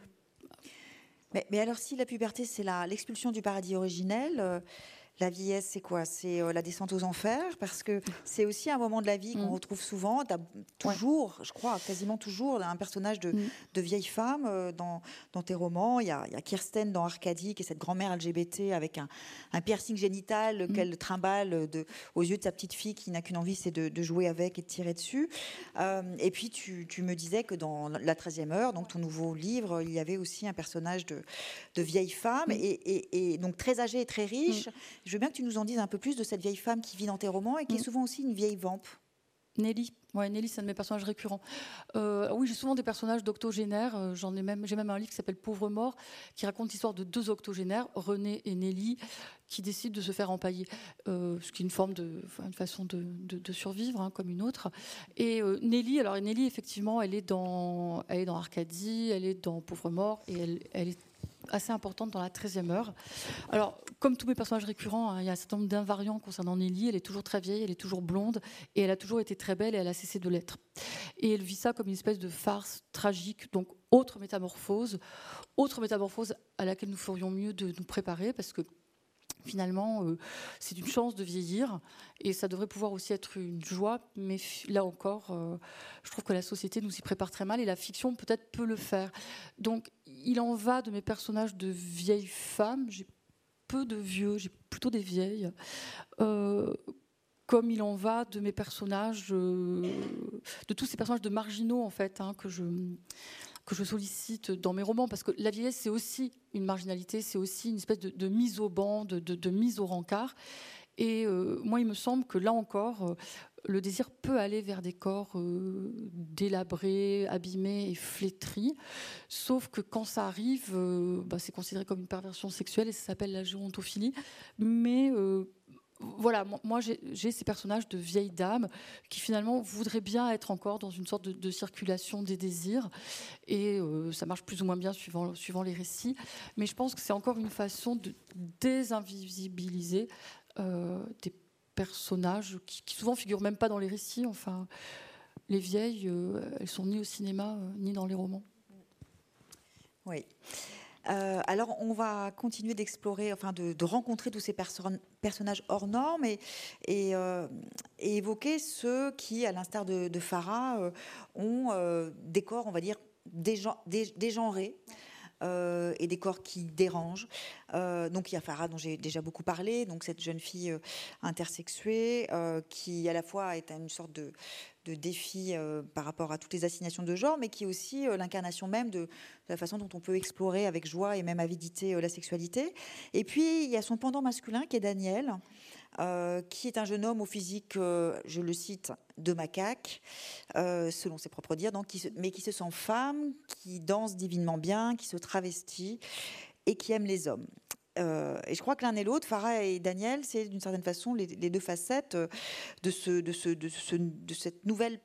Mais, mais alors, si la puberté, c'est la, l'expulsion du paradis originel, euh, la vieillesse, c'est quoi? C'est euh, la descente aux enfers, parce que c'est aussi un moment de la vie qu'on mmh. retrouve souvent. T'as toujours, ouais. je crois, quasiment toujours, un personnage de, mmh. de vieille femme euh, dans, dans tes romans. Il y, a, il y a Kirsten dans Arcadie, qui est cette grand-mère L G B T avec un, un piercing génital mmh. qu'elle trimballe de, aux yeux de sa petite fille qui n'a qu'une envie, c'est de, de jouer avec et de tirer dessus. Euh, et puis, tu, tu me disais que dans La treizième heure, donc ton nouveau livre, il y avait aussi un personnage de, de vieille femme, mmh. et, et, et donc très âgée et très riche. Mmh. Je veux bien que tu nous en dises un peu plus de cette vieille femme qui vit dans tes romans et qui mmh. est souvent aussi une vieille vampe. Nelly, ouais, Nelly, c'est un de mes personnages récurrents. Euh, oui, j'ai souvent des personnages d'octogénaires. Euh, j'en ai même, j'ai même un livre qui s'appelle Pauvre mort, qui raconte l'histoire de deux octogénaires, René et Nelly, qui décident de se faire empailler, euh, ce qui est une forme de, une façon de, de, de survivre, hein, comme une autre. Et euh, Nelly, alors Nelly, effectivement, elle est dans, elle est dans Arcadie, elle est dans Pauvre mort, et elle, elle est assez importante dans La treizième heure. Alors, comme tous mes personnages récurrents, hein, il y a un certain nombre d'invariants concernant Nelly. Elle est toujours très vieille, elle est toujours blonde, et elle a toujours été très belle, et elle a cessé de l'être. Et elle vit ça comme une espèce de farce tragique, donc autre métamorphose, autre métamorphose à laquelle nous ferions mieux de nous préparer, parce que finalement, euh, c'est une chance de vieillir, et ça devrait pouvoir aussi être une joie, mais là encore, euh, je trouve que la société nous y prépare très mal, et la fiction peut-être peut le faire. Donc, il en va de mes personnages de vieilles femmes. J'ai peu de vieux, j'ai plutôt des vieilles. Euh, comme il en va de mes personnages, euh, de tous ces personnages de marginaux en fait, hein, que je que je sollicite dans mes romans, parce que la vieillesse, c'est aussi une marginalité, c'est aussi une espèce de, de mise au banc, de, de, de mise au rencard. Et euh, moi, il me semble que là encore, euh, le désir peut aller vers des corps euh, délabrés, abîmés et flétris. Sauf que quand ça arrive, euh, bah, c'est considéré comme une perversion sexuelle et ça s'appelle la gérontophilie. Mais euh, voilà, moi j'ai, j'ai ces personnages de vieilles dames qui finalement voudraient bien être encore dans une sorte de, de circulation des désirs, et euh, ça marche plus ou moins bien suivant, suivant les récits, mais je pense que c'est encore une façon de désinvisibiliser euh, des personnages qui, qui souvent figurent même pas dans les récits. Enfin, les vieilles, euh, elles sont ni au cinéma euh, ni dans les romans. Oui. Euh, alors, on va continuer d'explorer, enfin, de, de rencontrer tous ces perso- personnages hors normes et, et, euh, et évoquer ceux qui, à l'instar de, de Farah, euh, ont euh, des corps, on va dire, dégen- dé- dégenrés. Euh, et des corps qui dérangent. Euh, donc il y a Farah dont j'ai déjà beaucoup parlé, donc cette jeune fille euh, intersexuée euh, qui à la fois est une sorte de, de défi euh, par rapport à toutes les assignations de genre, mais qui est aussi euh, l'incarnation même de, de la façon dont on peut explorer avec joie et même avidité euh, la sexualité. Et puis il y a son pendant masculin qui est Daniel, Euh, qui est un jeune homme au physique, euh, je le cite, de macaque, euh, selon ses propres dires, donc, qui se, mais qui se sent femme, qui danse divinement bien, qui se travestit et qui aime les hommes. Euh, et je crois que l'un et l'autre, Farah et Daniel, c'est d'une certaine façon les, les deux facettes de, ce, de, ce, de, ce, de cette nouvelle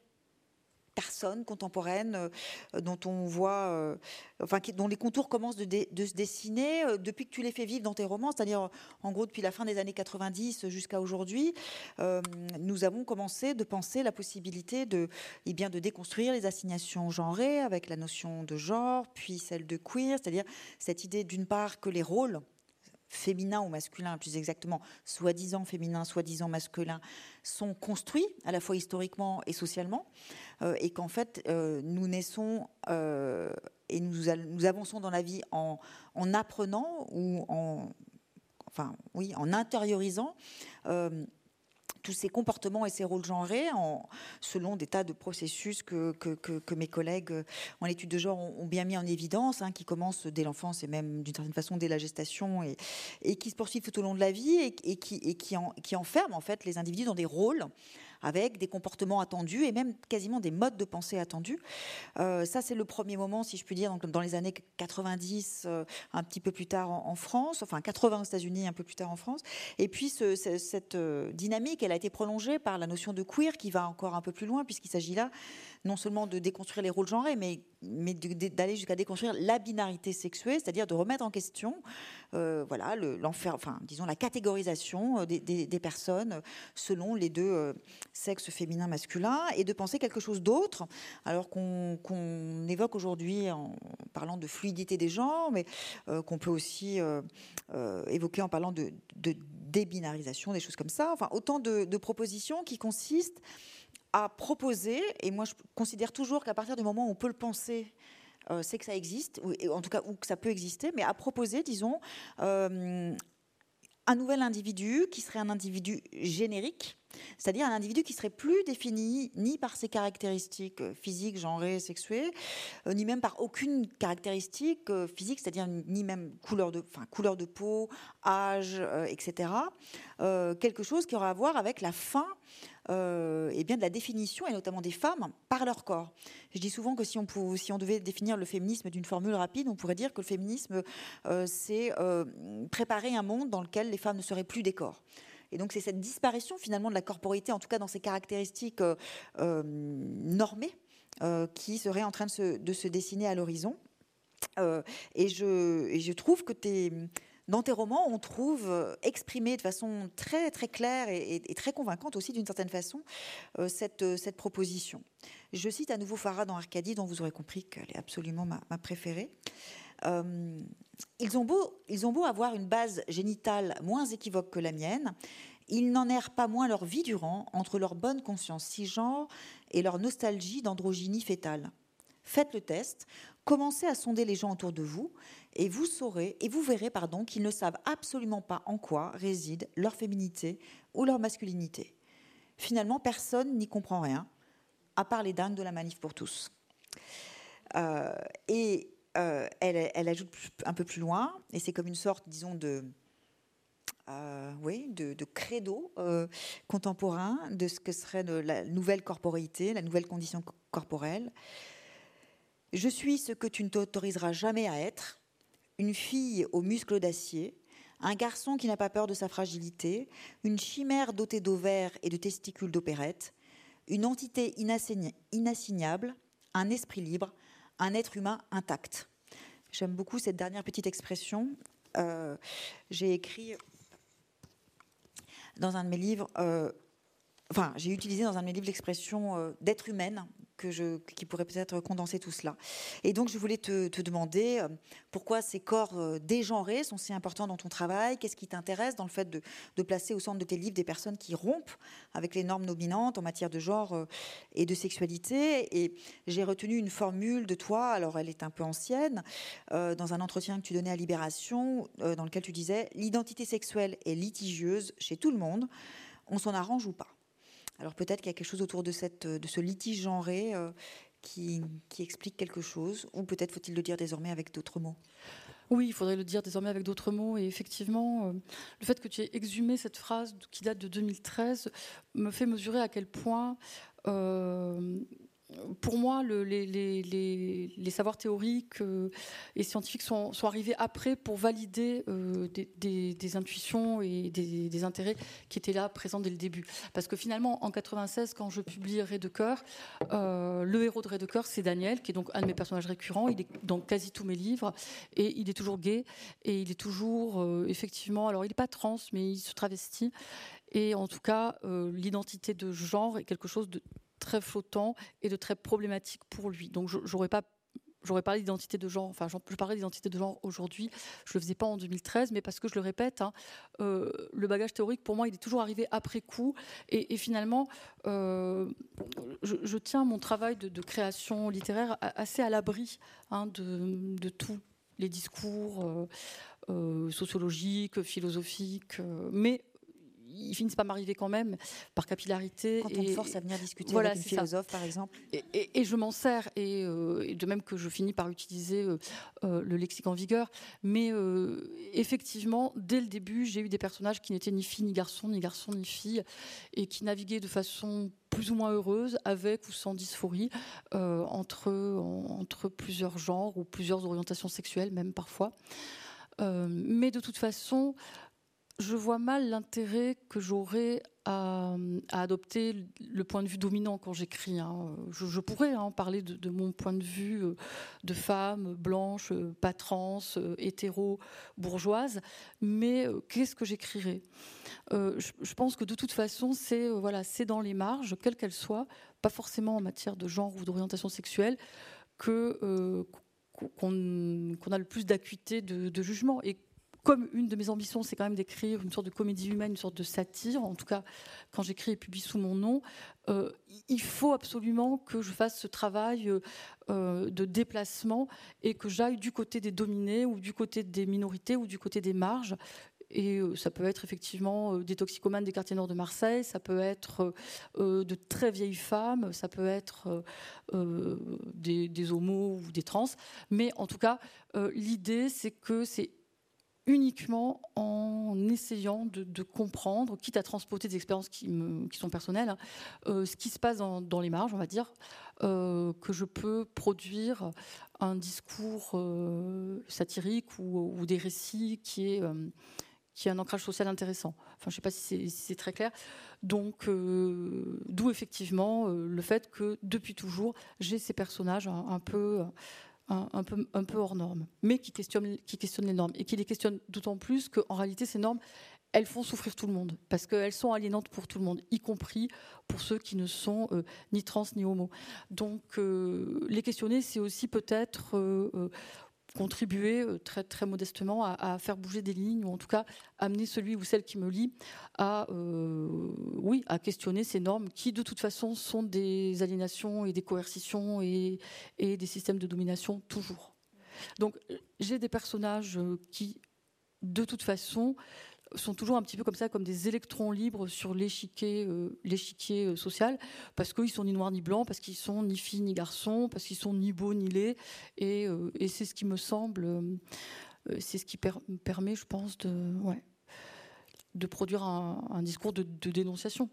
personne contemporaine euh, dont on voit, euh, enfin, qui, dont les contours commencent de, dé, de se dessiner euh, depuis que tu les fais vivre dans tes romans, c'est-à-dire en gros depuis la fin des années quatre-vingt-dix jusqu'à aujourd'hui, euh, nous avons commencé de penser la possibilité de, eh bien, de déconstruire les assignations genrées avec la notion de genre, puis celle de queer, c'est-à-dire cette idée d'une part que les rôles féminin ou masculin, plus exactement, soi-disant féminin, soi-disant masculin, sont construits à la fois historiquement et socialement, euh, et qu'en fait, euh, nous naissons euh, et nous, nous avançons dans la vie en, en apprenant ou en, enfin, oui, en intériorisant euh, tous ces comportements et ces rôles genrés en, selon des tas de processus que, que, que, que mes collègues en études de genre ont, ont bien mis en évidence, hein, qui commencent dès l'enfance et même d'une certaine façon dès la gestation et, et qui se poursuivent tout au long de la vie et, et, qui, et qui, en, qui enferment en fait les individus dans des rôles avec des comportements attendus et même quasiment des modes de pensée attendus. Euh, ça, c'est le premier moment, si je puis dire, donc dans les années quatre-vingt-dix, euh, un petit peu plus tard en, en France, enfin quatre-vingts aux États-Unis, un peu plus tard en France. Et puis, ce, ce, cette euh, dynamique, elle a été prolongée par la notion de queer qui va encore un peu plus loin, puisqu'il s'agit là non seulement de déconstruire les rôles genrés, mais, mais de, de, d'aller jusqu'à déconstruire la binarité sexuée, c'est-à-dire de remettre en question euh, voilà, le, l'enfer, enfin, disons, la catégorisation des, des, des personnes selon les deux euh, sexes féminin masculin, et de penser quelque chose d'autre, alors qu'on, qu'on évoque aujourd'hui en parlant de fluidité des genres, mais euh, qu'on peut aussi euh, euh, évoquer en parlant de, de débinarisation, des choses comme ça. Enfin, autant de, de propositions qui consistent à proposer, et moi je considère toujours qu'à partir du moment où on peut le penser, euh, c'est que ça existe, ou en tout cas où que ça peut exister, mais à proposer, disons, euh, un nouvel individu qui serait un individu générique, c'est-à-dire un individu qui serait plus défini ni par ses caractéristiques physiques, genrées, sexuées, euh, ni même par aucune caractéristique euh, physique, c'est-à-dire ni même couleur de, enfin, couleur de peau, âge, euh, et cetera. Euh, quelque chose qui aura à voir avec la fin euh, et bien de la définition, et notamment des femmes, par leur corps. Je dis souvent que si on, pouvait, si on devait définir le féminisme d'une formule rapide, on pourrait dire que le féminisme, euh, c'est euh, préparer un monde dans lequel les femmes ne seraient plus des corps. Et donc c'est cette disparition finalement de la corporité, en tout cas dans ses caractéristiques euh, euh, normées, euh, qui serait en train de se, de se dessiner à l'horizon. Euh, et, je, et je trouve que t'es... Dans tes romans, on trouve exprimé de façon très, très claire et, et, et très convaincante aussi, d'une certaine façon, euh, cette, cette proposition. Je cite à nouveau Farah dans Arcadie, dont vous aurez compris qu'elle est absolument ma, ma préférée. Euh, ils, ont beau, ils ont beau avoir une base génitale moins équivoque que la mienne, ils n'en errent pas moins leur vie durant entre leur bonne conscience cisgenre et leur nostalgie d'androgynie fétale. Faites le test, commencez à sonder les gens autour de vous et vous saurez, et vous verrez pardon, qu'ils ne savent absolument pas en quoi réside leur féminité ou leur masculinité. Finalement, personne n'y comprend rien, à part les dingues de la Manif pour tous. Euh, et euh, elle, elle ajoute un peu plus loin, et c'est comme une sorte, disons, de... Euh, oui, de, de credo euh, contemporain de ce que serait de la nouvelle corporéité, la nouvelle condition corporelle. Je suis ce que tu ne t'autoriseras jamais à être, une fille aux muscles d'acier, un garçon qui n'a pas peur de sa fragilité, une chimère dotée d'ovaires et de testicules d'opérette, une entité inassign- inassignable, un esprit libre, un être humain intact. J'aime beaucoup cette dernière petite expression. Euh, j'ai écrit... dans un de mes livres, euh, enfin, j'ai utilisé dans un de mes livres l'expression euh, d'être humaine, que je, qui pourrait peut-être condenser tout cela. Et donc, je voulais te, te demander euh, pourquoi ces corps euh, dégenrés sont si importants dans ton travail, qu'est-ce qui t'intéresse dans le fait de, de placer au centre de tes livres des personnes qui rompent avec les normes dominantes en matière de genre euh, et de sexualité. Et j'ai retenu une formule de toi, alors elle est un peu ancienne, euh, dans un entretien que tu donnais à Libération, euh, dans lequel tu disais « L'identité sexuelle est litigieuse chez tout le monde, on s'en arrange ou pas ?» Alors peut-être qu'il y a quelque chose autour de, cette, de ce litige genré euh, qui, qui explique quelque chose, ou peut-être faut-il le dire désormais avec d'autres mots. Oui, il faudrait le dire désormais avec d'autres mots. Et effectivement, euh, le fait que tu aies exhumé cette phrase qui date de deux mille treize me fait mesurer à quel point... Euh, Pour moi, le, les, les, les, les savoirs théoriques euh, et scientifiques sont, sont arrivés après pour valider euh, des, des, des intuitions et des, des intérêts qui étaient là, présents dès le début. Parce que finalement, en quatre-vingt-seize, quand je publie Raidecoeur, euh, le héros de Raidecoeur, c'est Daniel, qui est donc un de mes personnages récurrents. Il est dans quasi tous mes livres et il est toujours gay et il est toujours, euh, effectivement, alors il n'est pas trans, mais il se travestit. Et en tout cas, euh, l'identité de genre est quelque chose de très flottant et de très problématique pour lui. Donc, j'aurais pas, j'aurais parlé d'identité de genre. Enfin, je parlerai d'identité de genre aujourd'hui. Je le faisais pas en deux mille treize, mais parce que je le répète, hein, euh, le bagage théorique pour moi, il est toujours arrivé après coup. Et, et finalement, euh, je, je tiens mon travail de, de création littéraire assez à l'abri hein, de, de tous les discours euh, euh, sociologiques, philosophiques, euh, mais ils finissent par m'arriver quand même par capillarité. Quand on te force à venir discuter voilà, avec une philosophe, ça. Par exemple. Et, et, et je m'en sers, et, euh, et de même que je finis par utiliser euh, euh, le lexique en vigueur. Mais euh, effectivement, dès le début, j'ai eu des personnages qui n'étaient ni filles, ni garçons, ni garçons, ni filles, et qui naviguaient de façon plus ou moins heureuse, avec ou sans dysphorie, euh, entre, en, entre plusieurs genres ou plusieurs orientations sexuelles, même parfois. Euh, mais de toute façon... je vois mal l'intérêt que j'aurais à, à adopter le point de vue dominant quand j'écris. Hein. Je, je pourrais hein, parler de, de mon point de vue de femme blanche, pas trans, hétéro, bourgeoise, mais qu'est-ce que j'écrirais ? euh, je, je pense que de toute façon, c'est euh, voilà, c'est dans les marges, quelles qu'elles soient, pas forcément en matière de genre ou d'orientation sexuelle, que, euh, qu'on, qu'on a le plus d'acuité de, de jugement. Et comme une de mes ambitions, c'est quand même d'écrire une sorte de comédie humaine, une sorte de satire, en tout cas quand j'écris et publie sous mon nom, euh, il faut absolument que je fasse ce travail euh, de déplacement et que j'aille du côté des dominés ou du côté des minorités ou du côté des marges. Et euh, ça peut être effectivement euh, des toxicomanes des quartiers nord de Marseille, ça peut être euh, de très vieilles femmes, ça peut être euh, des, des homos ou des trans. Mais en tout cas, euh, l'idée, c'est que c'est uniquement en essayant de, de comprendre, quitte à transporter des expériences qui, me, qui sont personnelles, hein, euh, ce qui se passe dans, dans les marges, on va dire, euh, que je peux produire un discours euh, satirique ou, ou des récits qui est, euh, qui est un ancrage social intéressant. Enfin, je ne sais pas si c'est, si c'est très clair. Donc, euh, d'où effectivement euh, le fait que, depuis toujours, j'ai ces personnages un, un peu... Un, un, peu, un peu hors normes, mais qui questionnent, qui questionnent les normes, et qui les questionnent d'autant plus qu'en réalité, ces normes, elles font souffrir tout le monde, parce qu'elles sont aliénantes pour tout le monde, y compris pour ceux qui ne sont euh, ni trans ni homo. Donc, euh, les questionner, c'est aussi peut-être... Euh, euh, contribuer euh, très, très modestement à, à faire bouger des lignes, ou en tout cas amener celui ou celle qui me lit à, euh, oui, à questionner ces normes qui, de toute façon, sont des aliénations et des coercitions et, et des systèmes de domination, toujours. Donc, j'ai des personnages qui, de toute façon, sont toujours un petit peu comme ça, comme des électrons libres sur l'échiquier, euh, l'échiquier euh, social, parce qu'ils sont ni noirs ni blancs, parce qu'ils sont ni filles ni garçons, parce qu'ils sont ni beaux ni laids, et, euh, et c'est ce qui me semble, euh, c'est ce qui per- me permet, je pense, de, ouais, de produire un, un discours de, de dénonciation.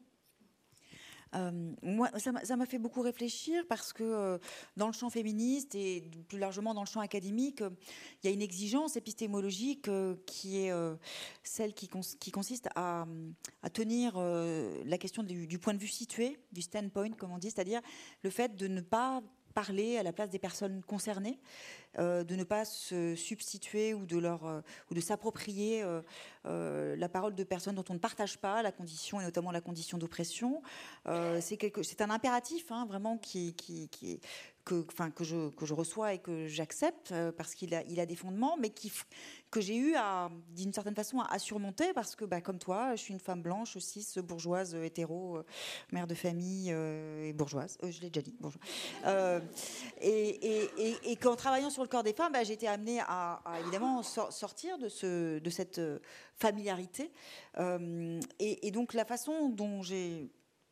Euh, moi, ça m'a, ça m'a fait beaucoup réfléchir parce que euh, dans le champ féministe et plus largement dans le champ académique, euh, il y a une exigence épistémologique euh, qui est euh, celle qui, cons- qui consiste à, à tenir euh, la question du, du point de vue situé, du standpoint, comme on dit, c'est-à-dire le fait de ne pas parler à la place des personnes concernées, euh, de ne pas se substituer ou de, leur, euh, ou de s'approprier euh, euh, la parole de personnes dont on ne partage pas la condition, et notamment la condition d'oppression. Euh, c'est, quelque, c'est un impératif, hein, vraiment, qui, qui, qui est, que, enfin, que, je, que je reçois et que j'accepte, euh, parce qu'il a, il a des fondements, mais qui, que j'ai eu, à, d'une certaine façon, à, à surmonter, parce que, bah, comme toi, je suis une femme blanche, cis, bourgeoise, hétéro, euh, mère de famille euh, et bourgeoise. Euh, je l'ai déjà dit, bourgeoise. Euh, et, et, et, et qu'en travaillant sur le corps des femmes, bah, j'ai été amenée à, à évidemment so- sortir de, ce, de cette familiarité. Euh, et, et donc la façon dont j'ai,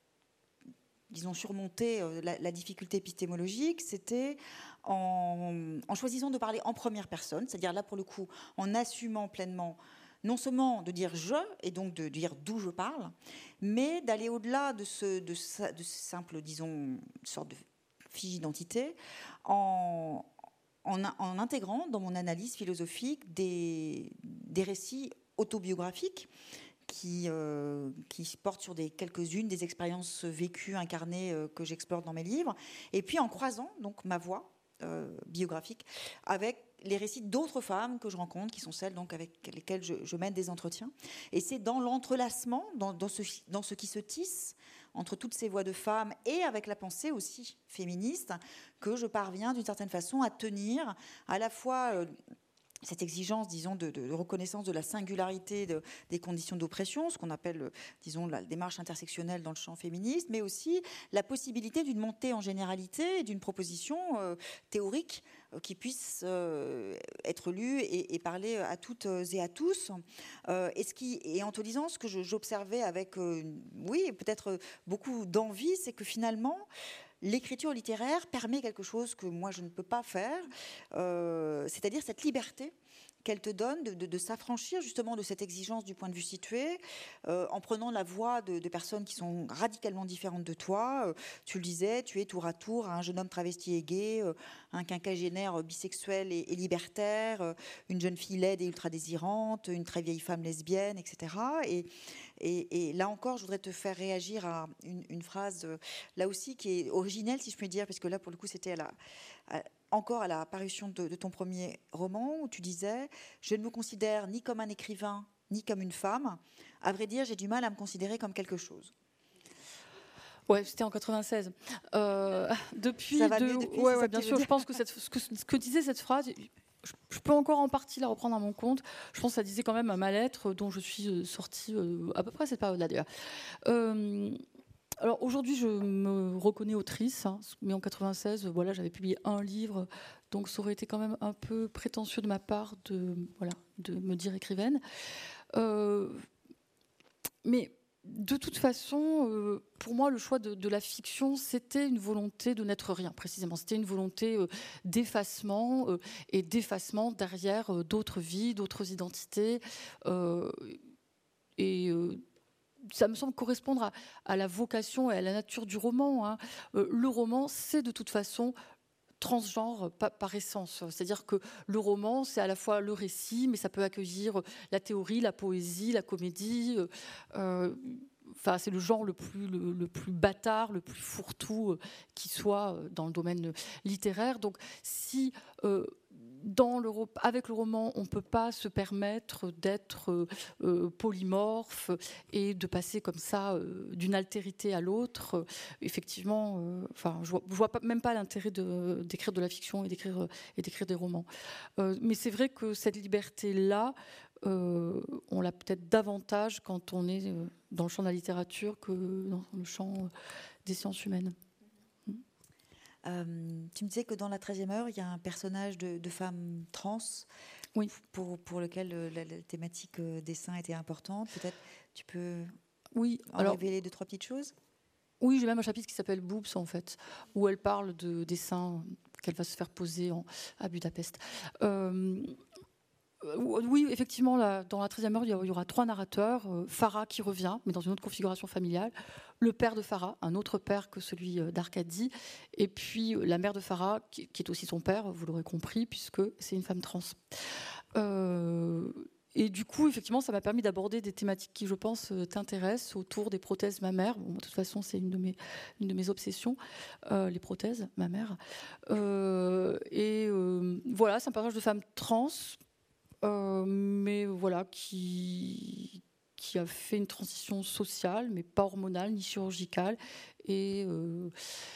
disons, surmonté la, la difficulté épistémologique, c'était en, en choisissant de parler en première personne, c'est-à-dire là pour le coup en assumant pleinement non seulement de dire je, et donc de dire d'où je parle, mais d'aller au-delà de ce, de ce, de ce simple, disons, une sorte de fiche d'identité, en, en, en intégrant dans mon analyse philosophique des, des récits autobiographiques qui, euh, qui portent sur des, quelques-unes des expériences vécues, incarnées, euh, que j'explore dans mes livres, et puis en croisant donc ma voix euh, biographique avec les récits d'autres femmes que je rencontre, qui sont celles donc avec lesquelles je, je mène des entretiens. Et c'est dans l'entrelacement, dans, dans, ce, dans ce qui se tisse entre toutes ces voix de femmes et avec la pensée aussi féministe, que je parviens d'une certaine façon à tenir à la fois euh, cette exigence, disons, de, de reconnaissance de la singularité de, des conditions d'oppression, ce qu'on appelle, disons, la démarche intersectionnelle dans le champ féministe, mais aussi la possibilité d'une montée en généralité, d'une proposition euh, théorique euh, qui puisse euh, être lue et, et parler à toutes et à tous. Euh, et, ce qui, et en te disant, ce que je, j'observais avec, euh, oui, peut-être beaucoup d'envie, c'est que finalement, l'écriture littéraire permet quelque chose que moi je ne peux pas faire, euh, c'est-à-dire cette liberté qu'elle te donne de, de, de s'affranchir justement de cette exigence du point de vue situé, euh, en prenant la voix de, de personnes qui sont radicalement différentes de toi. Euh, tu le disais, tu es tour à tour un jeune homme travesti et gay, euh, un quinquagénaire bisexuel et, et libertaire, euh, une jeune fille laide et ultra désirante, une très vieille femme lesbienne, et cetera. Et, et, et là encore, je voudrais te faire réagir à une, une phrase, euh, là aussi, qui est originelle, si je puis dire, parce que là, pour le coup, c'était à la... À, encore à la parution de, de ton premier roman, où tu disais « Je ne me considère ni comme un écrivain, ni comme une femme. À vrai dire, j'ai du mal à me considérer comme quelque chose. » Ouais, c'était en quatre-vingt-seize. Euh, depuis, ça va de... mieux depuis, ouais, c'est ouais, ça bien que sûr. Je pense que, cette, ce, que ce que disait cette phrase, je, je peux encore en partie la reprendre à mon compte. Je pense que ça disait quand même à ma lettre, dont je suis sortie euh, à peu près à cette période-là d'ailleurs. Euh, Alors aujourd'hui, je me reconnais autrice, hein, mais en quatre-vingt-seize, voilà, j'avais publié un livre, donc ça aurait été quand même un peu prétentieux de ma part de, voilà, de me dire écrivaine. Euh, mais de toute façon, euh, pour moi, le choix de, de la fiction, c'était une volonté de n'être rien, précisément. C'était une volonté euh, d'effacement euh, et d'effacement derrière euh, d'autres vies, d'autres identités. Euh, et euh, ça me semble correspondre à, à la vocation et à la nature du roman. Hein. Euh, le roman, c'est de toute façon transgenre par, par essence. C'est-à-dire que le roman, c'est à la fois le récit, mais ça peut accueillir la théorie, la poésie, la comédie. Euh, Enfin, c'est le genre le plus, le, le plus bâtard, le plus fourre-tout euh, qui soit dans le domaine littéraire. Donc, si... Euh, dans le, avec le roman, on ne peut pas se permettre d'être euh, polymorphe et de passer comme ça euh, d'une altérité à l'autre. Euh, effectivement, euh, enfin, je ne vois pas, même pas l'intérêt de, d'écrire de la fiction et d'écrire, et d'écrire des romans. Euh, mais c'est vrai que cette liberté-là, euh, on l'a peut-être davantage quand on est dans le champ de la littérature que dans le champ des sciences humaines. Euh, tu me disais que dans la treizième heure, il y a un personnage de, de femme trans, oui. pour, pour lequel la, la thématique euh, des seins était importante. Peut-être tu peux oui, en alors, révéler deux, trois petites choses. Oui, j'ai même un chapitre qui s'appelle Boobs, en fait, où elle parle de, des seins qu'elle va se faire poser en, à Budapest. Euh, Oui, effectivement, là, dans la treizième heure, il y aura trois narrateurs. Euh, Farah qui revient, mais dans une autre configuration familiale. Le père de Farah, un autre père que celui d'Arcadie. Et puis la mère de Farah, qui, qui est aussi son père, vous l'aurez compris, puisque c'est une femme trans. Euh, et du coup, effectivement, ça m'a permis d'aborder des thématiques qui, je pense, t'intéressent, autour des prothèses mammaires. Bon, de toute façon, c'est une de mes, une de mes obsessions, euh, les prothèses mammaires. Euh, et euh, voilà, c'est un personnage de femme trans, Euh, mais voilà, qui, qui a fait une transition sociale, mais pas hormonale ni chirurgicale. Et, euh,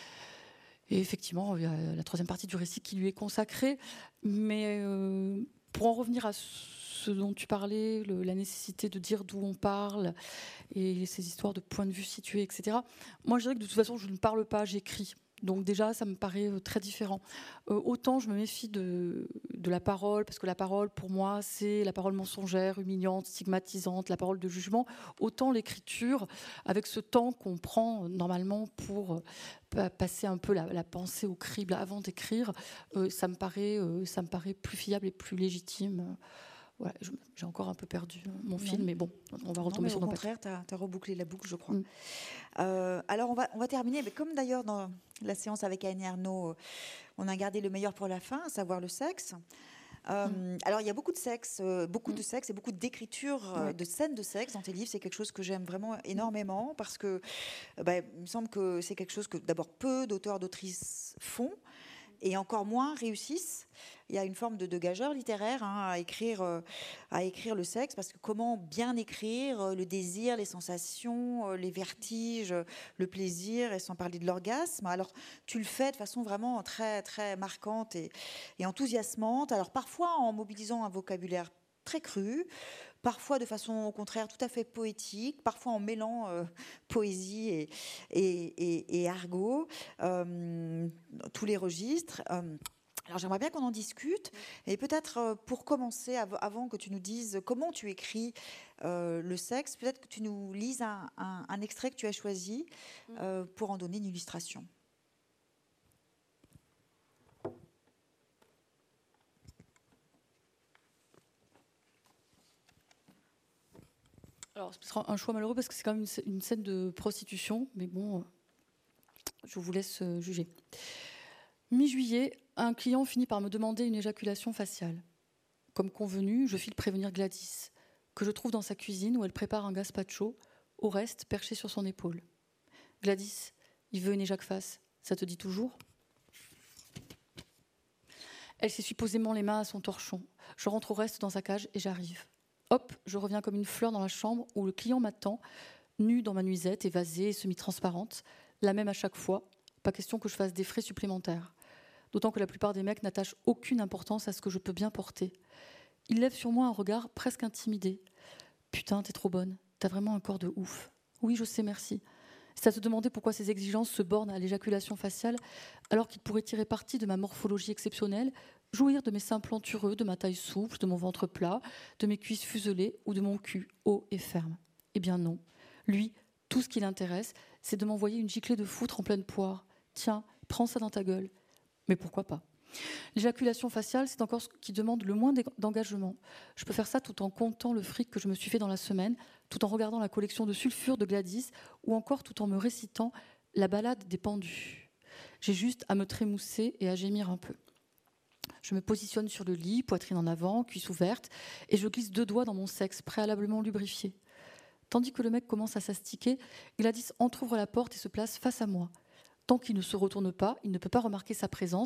et effectivement, il y a la troisième partie du récit qui lui est consacrée. Mais euh, pour en revenir à ce dont tu parlais, le, la nécessité de dire d'où on parle et ces histoires de point de vue situé, et cetera. Moi, je dirais que de toute façon, je ne parle pas, j'écris. Donc déjà, ça me paraît très différent. Euh, autant je me méfie de, de la parole, parce que la parole, pour moi, c'est la parole mensongère, humiliante, stigmatisante, la parole de jugement. Autant l'écriture, avec ce temps qu'on prend normalement pour euh, passer un peu la, la pensée au crible avant d'écrire, euh, ça me paraît, euh, ça me paraît plus fiable et plus légitime. Voilà, j'ai encore un peu perdu mon non. film, mais bon, on va retomber non, sur nos papiers. Au contraire, tu as rebouclé la boucle, je crois. Mm. Euh, alors, on va, on va terminer, mais comme d'ailleurs dans la séance avec Annie Ernaux, on a gardé le meilleur pour la fin, à savoir le sexe. Euh, mm. Alors, il y a beaucoup de sexe, euh, beaucoup mm. de sexe et beaucoup d'écriture, euh, ouais. de scènes de sexe dans tes livres. C'est quelque chose que j'aime vraiment énormément, parce que bah, il me semble que c'est quelque chose que d'abord peu d'auteurs, d'autrices font, et encore moins réussissent. Il y a une forme de, de gageur littéraire hein, à, écrire, euh, à écrire le sexe, parce que comment bien écrire euh, le désir, les sensations, euh, les vertiges, euh, le plaisir, et sans parler de l'orgasme. Alors, tu le fais de façon vraiment très, très marquante et, et enthousiasmante. Alors, parfois en mobilisant un vocabulaire très cru, parfois de façon au contraire tout à fait poétique, parfois en mêlant euh, poésie et, et, et, et argot, euh, tous les registres. Euh, alors j'aimerais bien qu'on en discute, et peut-être euh, pour commencer, av- avant que tu nous dises comment tu écris euh, le sexe, peut-être que tu nous lises un, un, un extrait que tu as choisi euh, pour en donner une illustration. Alors, ce sera un choix malheureux parce que c'est quand même une, une scène de prostitution, mais bon, je vous laisse juger. Mi-juillet, un client finit par me demander une éjaculation faciale. Comme convenu, je file prévenir Gladys, que je trouve dans sa cuisine où elle prépare un gazpacho, au reste perché sur son épaule. Gladys, il veut une éjac-face, ça te dit toujours ? Elle s'essuie posément les mains à son torchon. Je rentre au reste dans sa cage et j'arrive. Hop, je reviens comme une fleur dans la chambre où le client m'attend, nue dans ma nuisette, évasée et semi-transparente, la même à chaque fois. Pas question que je fasse des frais supplémentaires. D'autant que la plupart des mecs n'attachent aucune importance à ce que je peux bien porter. Ils lèvent sur moi un regard presque intimidé. « Putain, t'es trop bonne. T'as vraiment un corps de ouf. »« Oui, je sais, merci. » C'est à se demander pourquoi ces exigences se bornent à l'éjaculation faciale alors qu'ils pourraient tirer parti de ma morphologie exceptionnelle, jouir de mes seins plantureux, de ma taille souple, de mon ventre plat, de mes cuisses fuselées ou de mon cul haut et ferme. Eh bien non. Lui, tout ce qui l'intéresse, c'est de m'envoyer une giclée de foutre en pleine poire. Tiens, prends ça dans ta gueule. Mais pourquoi pas ? L'éjaculation faciale, c'est encore ce qui demande le moins d'engagement. Je peux faire ça tout en comptant le fric que je me suis fait dans la semaine, tout en regardant la collection de sulfure de Gladys, ou encore tout en me récitant la ballade des pendus. J'ai juste à me trémousser et à gémir un peu. Je me positionne sur le lit, poitrine en avant, cuisse ouverte, et je glisse deux doigts dans mon sexe, préalablement lubrifié. Tandis que le mec commence à s'astiquer, Gladys entrouvre la porte et se place face à moi. Tant qu'il ne se retourne pas, il ne peut pas remarquer sa présence,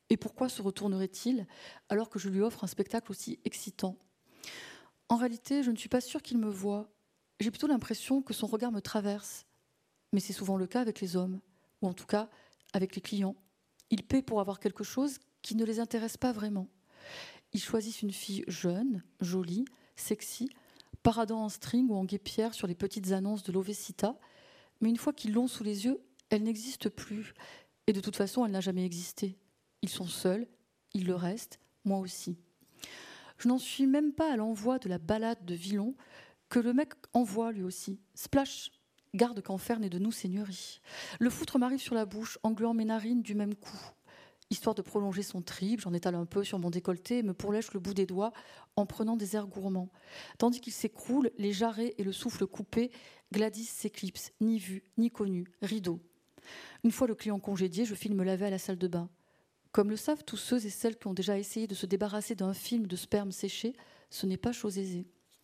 Et pourquoi se retournerait-il alors que je lui offre un spectacle aussi excitant ? En réalité, je ne suis pas sûre qu'il me voie. J'ai plutôt l'impression que son regard me traverse. Mais c'est souvent le cas avec les hommes, ou en tout cas avec les clients. Ils paient pour avoir quelque chose qui ne les intéresse pas vraiment. Ils choisissent une fille jeune, jolie, sexy, paradant en string ou en guêpière sur les petites annonces de l'Ovesita, mais une fois qu'ils l'ont sous les yeux, elle n'existe plus. Et de toute façon, elle n'a jamais existé. Ils sont seuls, ils le restent, moi aussi. Je n'en suis même pas à l'envoi de la balade de Villon que le mec envoie lui aussi. Splash, garde qu'enfer n'est de nous seigneurie. Le foutre m'arrive sur la bouche, engluant mes narines du même coup. Histoire de prolonger son trip, j'en étale un peu sur mon décolleté et me pourlèche le bout des doigts en prenant des airs gourmands. Tandis qu'il s'écroule, les jarrets et le souffle coupé, Gladys s'éclipse, ni vue, ni connue, rideau. Une fois le client congédié, je file me laver à la salle de bain. Comme le savent tous ceux et celles qui ont déjà essayé de se débarrasser d'un film de sperme séché, ce n'est pas chose aisée.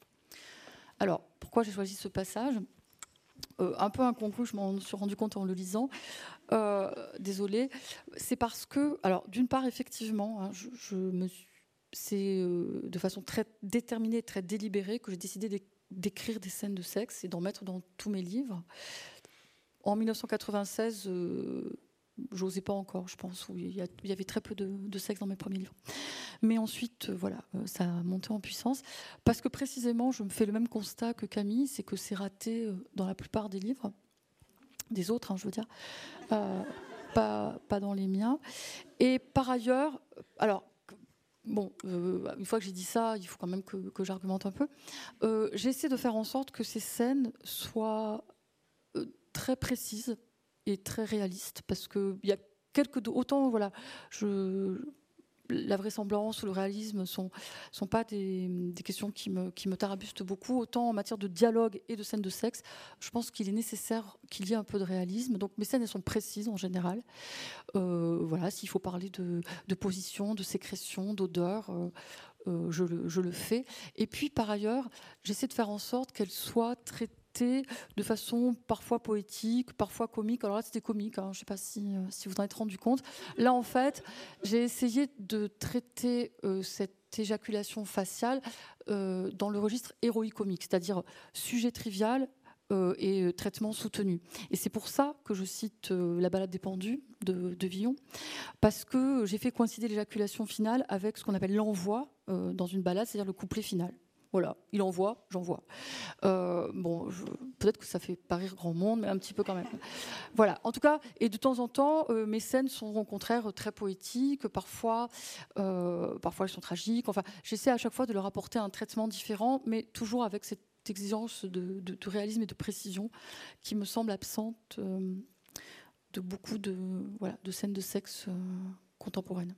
Alors, pourquoi j'ai choisi ce passage ? Euh, un peu incongru, je m'en suis rendu compte en le lisant. Euh, désolée. C'est parce que, alors, d'une part, effectivement, hein, je, je me suis, c'est euh, de façon très déterminée, très délibérée que j'ai décidé d'écrire des scènes de sexe et d'en mettre dans tous mes livres. En mille neuf cent quatre-vingt-seize, euh, j'osais pas encore, je pense, où il y, a, il y avait très peu de, de sexe dans mes premiers livres. Mais ensuite, euh, voilà, euh, ça a monté en puissance. Parce que précisément, je me fais le même constat que Camille, c'est que c'est raté euh, dans la plupart des livres, des autres, hein, je veux dire, euh, pas, pas dans les miens. Et par ailleurs, alors, bon, euh, une fois que j'ai dit ça, il faut quand même que, que j'argumente un peu. Euh, j'essaie de faire en sorte que ces scènes soient euh, très précises et très réalistes, parce qu'il y a quelques... Autant, voilà, je... la vraisemblance ou le réalisme sont, sont pas des, des questions qui me, qui me tarabustent beaucoup. Autant en matière de dialogue et de scènes de sexe, je pense qu'il est nécessaire qu'il y ait un peu de réalisme. Donc mes scènes, elles sont précises en général. Euh, voilà, s'il faut parler de, de position, de sécrétion, d'odeur, euh, euh, je, le, je le fais. Et puis par ailleurs, j'essaie de faire en sorte qu'elles soient traitées de façon parfois poétique, parfois comique. Alors là, c'était comique, hein, je ne sais pas si, euh, si vous en êtes rendu compte. Là, en fait, j'ai essayé de traiter euh, cette éjaculation faciale euh, dans le registre héroïque-comique, c'est-à-dire sujet trivial euh, et traitement soutenu. Et c'est pour ça que je cite euh, La balade des pendus de, de Villon, parce que j'ai fait coïncider l'éjaculation finale avec ce qu'on appelle l'envoi euh, dans une balade, c'est-à-dire le couplet final. Voilà, il envoie, j'envoie. Euh, bon, je, peut-être que ça fait pas rire grand monde, mais un petit peu quand même. Voilà, en tout cas, et de temps en temps, euh, mes scènes sont au contraire très poétiques, parfois, euh, parfois elles sont tragiques. Enfin, j'essaie à chaque fois de leur apporter un traitement différent, mais toujours avec cette exigence de, de, de réalisme et de précision qui me semble absente euh, de beaucoup de, voilà, de scènes de sexe euh, contemporaines.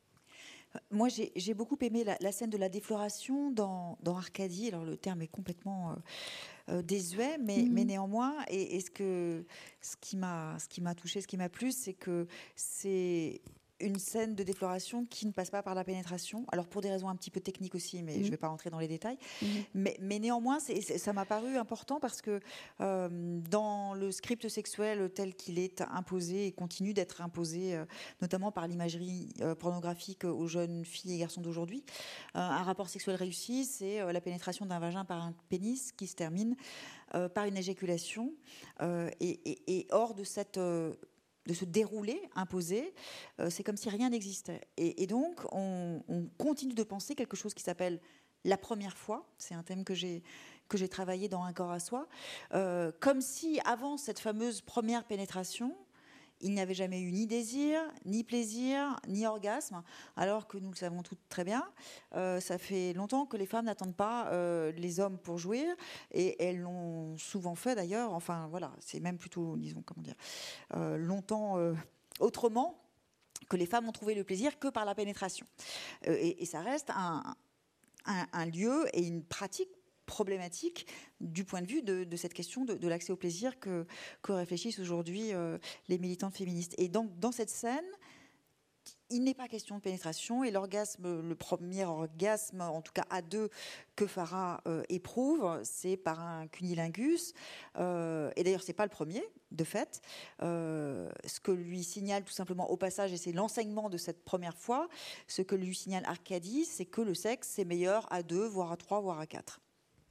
Moi, j'ai, j'ai beaucoup aimé la, la scène de la défloration dans, dans Arcadie. Alors, le terme est complètement euh, euh, désuet, mais, mmh. mais néanmoins, et, et ce, que, ce, qui m'a, ce qui m'a touché, ce qui m'a plu, c'est que c'est une scène de défloration qui ne passe pas par la pénétration. Alors, pour des raisons un petit peu techniques aussi, mais mmh. je ne vais pas rentrer dans les détails. Mmh. Mais, mais néanmoins, c'est, c'est, ça m'a paru important parce que euh, dans le script sexuel tel qu'il est imposé et continue d'être imposé, euh, notamment par l'imagerie euh, pornographique aux jeunes filles et garçons d'aujourd'hui, euh, un rapport sexuel réussi, c'est euh, la pénétration d'un vagin par un pénis qui se termine euh, par une éjaculation. Euh, et, et, et hors de cette... Euh, de se dérouler, imposé, euh, c'est comme si rien n'existait. Et, et donc, on, on continue de penser quelque chose qui s'appelle la première fois. C'est un thème que j'ai, que j'ai travaillé dans Un corps à soi. Euh, comme si, avant cette fameuse première pénétration, il n'y avait jamais eu ni désir, ni plaisir, ni orgasme, alors que nous le savons toutes très bien. Euh, ça fait longtemps que les femmes n'attendent pas euh, les hommes pour jouir, et elles l'ont souvent fait d'ailleurs. Enfin, voilà, c'est même plutôt, disons, comment dire, euh, longtemps euh, autrement que les femmes ont trouvé le plaisir que par la pénétration. Euh, et, et ça reste un, un, un lieu et une pratique problématique du point de vue de, de cette question de, de l'accès au plaisir que, que réfléchissent aujourd'hui euh, les militantes féministes. Et donc, dans cette scène, il n'est pas question de pénétration, et l'orgasme, le premier orgasme, en tout cas à deux, que Farah euh, éprouve, c'est par un cunnilingus. Euh, et d'ailleurs, c'est pas le premier, de fait. Euh, ce que lui signale tout simplement au passage, et c'est l'enseignement de cette première fois, ce que lui signale Arcadie, c'est que le sexe, c'est meilleur à deux, voire à trois, voire à quatre.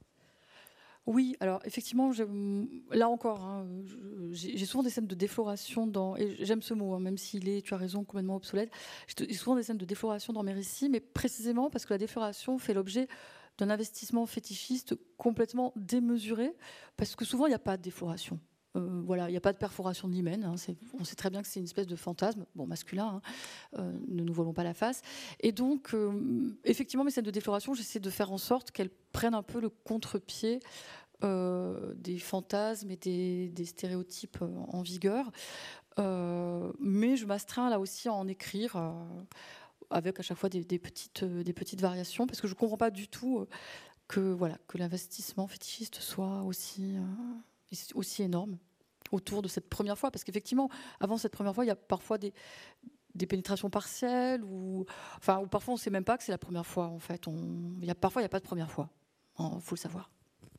Oui, alors effectivement, là encore, hein, j'ai souvent des scènes de défloration dans, et j'aime ce mot, hein, même s'il est, tu as raison, complètement obsolète. J'ai souvent des scènes de défloration dans mes récits, mais précisément parce que la défloration fait l'objet d'un investissement fétichiste complètement démesuré, parce que souvent il n'y a pas de défloration. Euh, voilà, il n'y a pas de perforation de l'hymen. Hein, on sait très bien que c'est une espèce de fantasme, bon, masculin, hein, euh, ne nous voilons pas la face. Et donc, euh, effectivement, mes scènes de défloration, j'essaie de faire en sorte qu'elles prennent un peu le contre-pied euh, des fantasmes et des, des stéréotypes en vigueur. Euh, mais je m'astreins là aussi à en écrire, euh, avec à chaque fois des, des, petites, des petites variations, parce que je ne comprends pas du tout que, voilà, que l'investissement fétichiste soit aussi... Euh, aussi énorme autour de cette première fois, parce qu'effectivement, avant cette première fois, il y a parfois des, des pénétrations partielles, ou, enfin, ou parfois on ne sait même pas que c'est la première fois, en fait. On, il y a, parfois, il n'y a pas de première fois, il faut le savoir.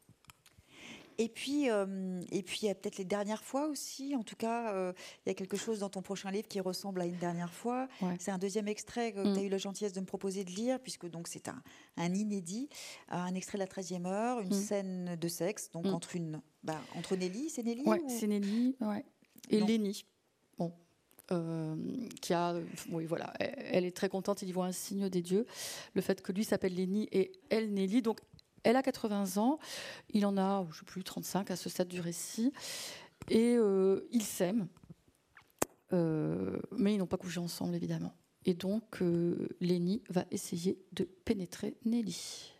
Et puis, euh, et puis, il y a peut-être les dernières fois aussi. En tout cas, euh, il y a quelque chose dans ton prochain livre qui ressemble à une dernière fois. Ouais. C'est un deuxième extrait que mmh. tu as eu la gentillesse de me proposer de lire, puisque donc c'est un, un inédit, un extrait de la treizième heure, une mmh. scène de sexe, donc mmh. entre une, bah, entre Nelly, c'est Nelly. Ouais, ou... c'est Nelly, ouais. Et Lénie. Bon. Euh, qui a, oui, voilà, elle est très contente. Il y voit un signe des dieux. Le fait que lui s'appelle Lénie et elle Nelly, donc. Elle a quatre-vingts ans, il en a, je ne sais plus, trente-cinq à ce stade du récit, et euh, ils s'aiment, euh, mais ils n'ont pas couché ensemble, évidemment. Et donc, euh, Lénie va essayer de pénétrer Nelly.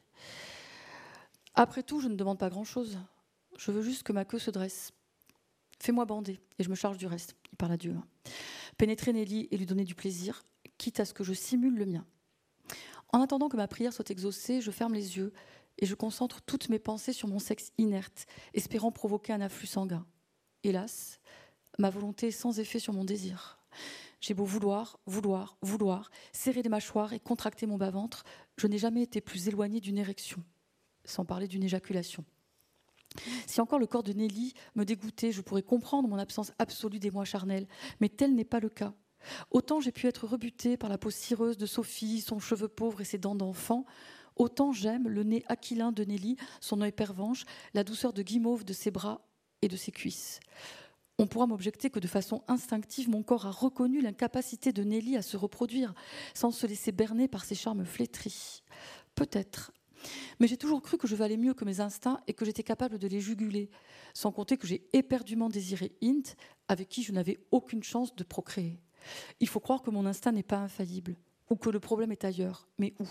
Après tout, je ne demande pas grand-chose. Je veux juste que ma queue se dresse. Fais-moi bander, et je me charge du reste. Il parle à Dieu. Hein. Pénétrer Nelly et lui donner du plaisir, quitte à ce que je simule le mien. En attendant que ma prière soit exaucée, je ferme les yeux, et je concentre toutes mes pensées sur mon sexe inerte, espérant provoquer un afflux sanguin. Hélas, ma volonté est sans effet sur mon désir. J'ai beau vouloir, vouloir, vouloir, serrer les mâchoires et contracter mon bas-ventre, je n'ai jamais été plus éloignée d'une érection, sans parler d'une éjaculation. Si encore le corps de Nelly me dégoûtait, je pourrais comprendre mon absence absolue d'émoi charnel, mais tel n'est pas le cas. Autant j'ai pu être rebutée par la peau cireuse de Sophie, son cheveu pauvre et ses dents d'enfant, autant j'aime le nez aquilin de Nelly, son œil pervenche, la douceur de guimauve de ses bras et de ses cuisses. On pourra m'objecter que de façon instinctive, mon corps a reconnu l'incapacité de Nelly à se reproduire, sans se laisser berner par ses charmes flétris. Peut-être. Mais j'ai toujours cru que je valais mieux que mes instincts et que j'étais capable de les juguler, sans compter que j'ai éperdument désiré Int, avec qui je n'avais aucune chance de procréer. Il faut croire que mon instinct n'est pas infaillible, ou que le problème est ailleurs, mais où ?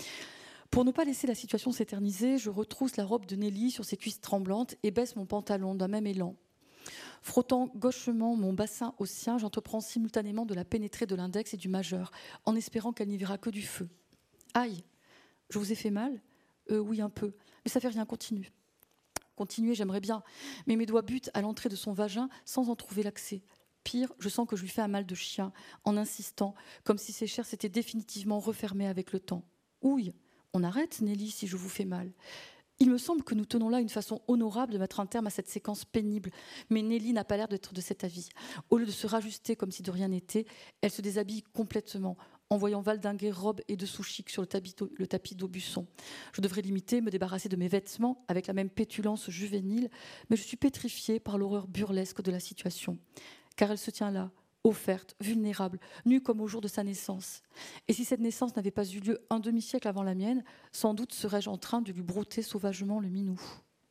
Pour ne pas laisser la situation s'éterniser, je retrousse la robe de Nelly sur ses cuisses tremblantes et baisse mon pantalon d'un même élan. Frottant gauchement mon bassin au sien, j'entreprends simultanément de la pénétrer de l'index et du majeur, en espérant qu'elle n'y verra que du feu. Aïe, je vous ai fait mal ? euh, Oui, un peu, mais ça fait rien, continue. Continuer, j'aimerais bien, mais mes doigts butent à l'entrée de son vagin sans en trouver l'accès. Pire, je sens que je lui fais un mal de chien, en insistant, comme si ses chairs s'étaient définitivement refermées avec le temps. Ouille, on arrête, Nelly, si je vous fais mal. Il me semble que nous tenons là une façon honorable de mettre un terme à cette séquence pénible. Mais Nelly n'a pas l'air d'être de cet avis. Au lieu de se rajuster comme si de rien n'était, elle se déshabille complètement, en voyant valdinguer robe et dessous chic sur le tapis, le tapis d'Aubusson. Je devrais l'imiter, me débarrasser de mes vêtements avec la même pétulance juvénile, mais je suis pétrifiée par l'horreur burlesque de la situation. Car elle se tient là, offerte, vulnérable, nue comme au jour de sa naissance. Et si cette naissance n'avait pas eu lieu un demi-siècle avant la mienne, sans doute serais-je en train de lui brouter sauvagement le minou.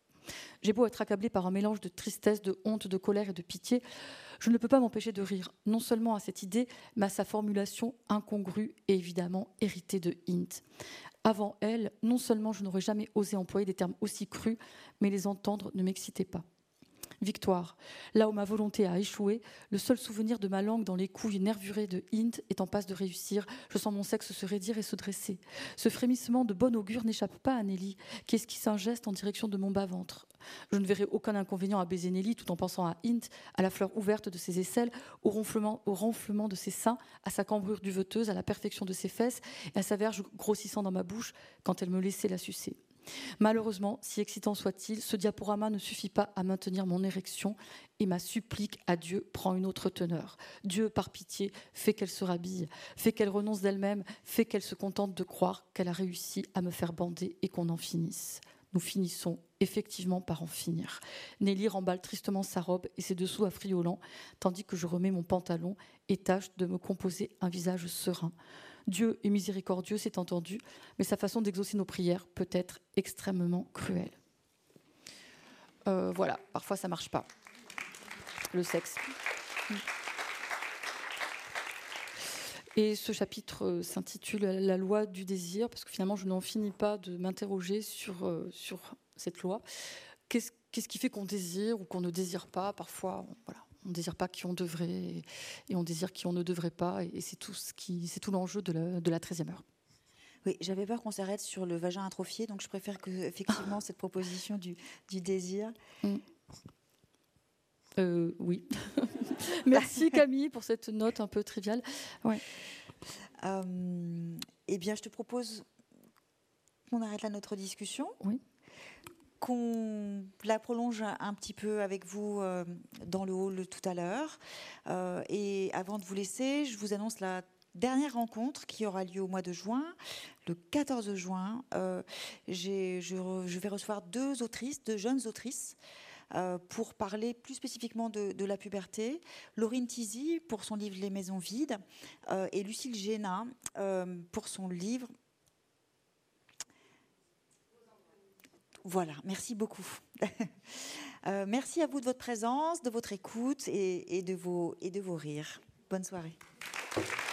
J'ai beau être accablée par un mélange de tristesse, de honte, de colère et de pitié, je ne peux pas m'empêcher de rire, non seulement à cette idée, mais à sa formulation incongrue et évidemment héritée de Int. Avant elle, non seulement je n'aurais jamais osé employer des termes aussi crus, mais les entendre ne m'excitait pas. Victoire. Là où ma volonté a échoué, le seul souvenir de ma langue dans les couilles nervurées de Int est en passe de réussir. Je sens mon sexe se raidir et se dresser. Ce frémissement de bon augure n'échappe pas à Nelly, qui esquisse un geste en direction de mon bas-ventre. Je ne verrai aucun inconvénient à baiser Nelly tout en pensant à Int, à la fleur ouverte de ses aisselles, au ronflement, au ronflement de ses seins, à sa cambrure duveteuse, à la perfection de ses fesses et à sa verge grossissant dans ma bouche quand elle me laissait la sucer. Malheureusement, si excitant soit-il, ce diaporama ne suffit pas à maintenir mon érection et ma supplique à Dieu prend une autre teneur. Dieu, par pitié, fait qu'elle se rhabille, fait qu'elle renonce d'elle-même, fait qu'elle se contente de croire qu'elle a réussi à me faire bander et qu'on en finisse. Nous finissons effectivement par en finir. Nelly remballe tristement sa robe et ses dessous affriolants, tandis que je remets mon pantalon et tâche de me composer un visage serein. Dieu est miséricordieux, c'est entendu, mais sa façon d'exaucer nos prières peut être extrêmement cruelle. Euh, voilà, parfois ça ne marche pas. Le sexe. Et ce chapitre s'intitule « La loi du désir », parce que finalement, je n'en finis pas de m'interroger sur, euh, sur cette loi. Qu'est-ce, qu'est-ce qui fait qu'on désire ou qu'on ne désire pas ? Parfois, voilà. On ne désire pas qui on devrait et on désire qui on ne devrait pas. Et c'est tout, ce qui, c'est tout l'enjeu de la, de la treizième heure. Oui, j'avais peur qu'on s'arrête sur le vagin atrophié, donc je préfère que, effectivement, cette proposition du, du désir. Mm. Euh, oui. Merci Camille pour cette note un peu triviale. Ouais. Euh, eh bien, je te propose qu'on arrête là notre discussion. Oui. Qu'on la prolonge un petit peu avec vous euh, dans le hall tout à l'heure. Euh, et avant de vous laisser, je vous annonce la dernière rencontre qui aura lieu au mois de juin, le quatorze juin. Euh, j'ai, je, je vais recevoir deux autrices, deux jeunes autrices, euh, pour parler plus spécifiquement de, de la puberté. Laurine Tizy pour son livre Les maisons vides euh, et Lucille Génin euh, pour son livre. Voilà, merci beaucoup. euh, merci à vous de votre présence, de votre écoute et, et, de, vos, et de vos rires. Bonne soirée.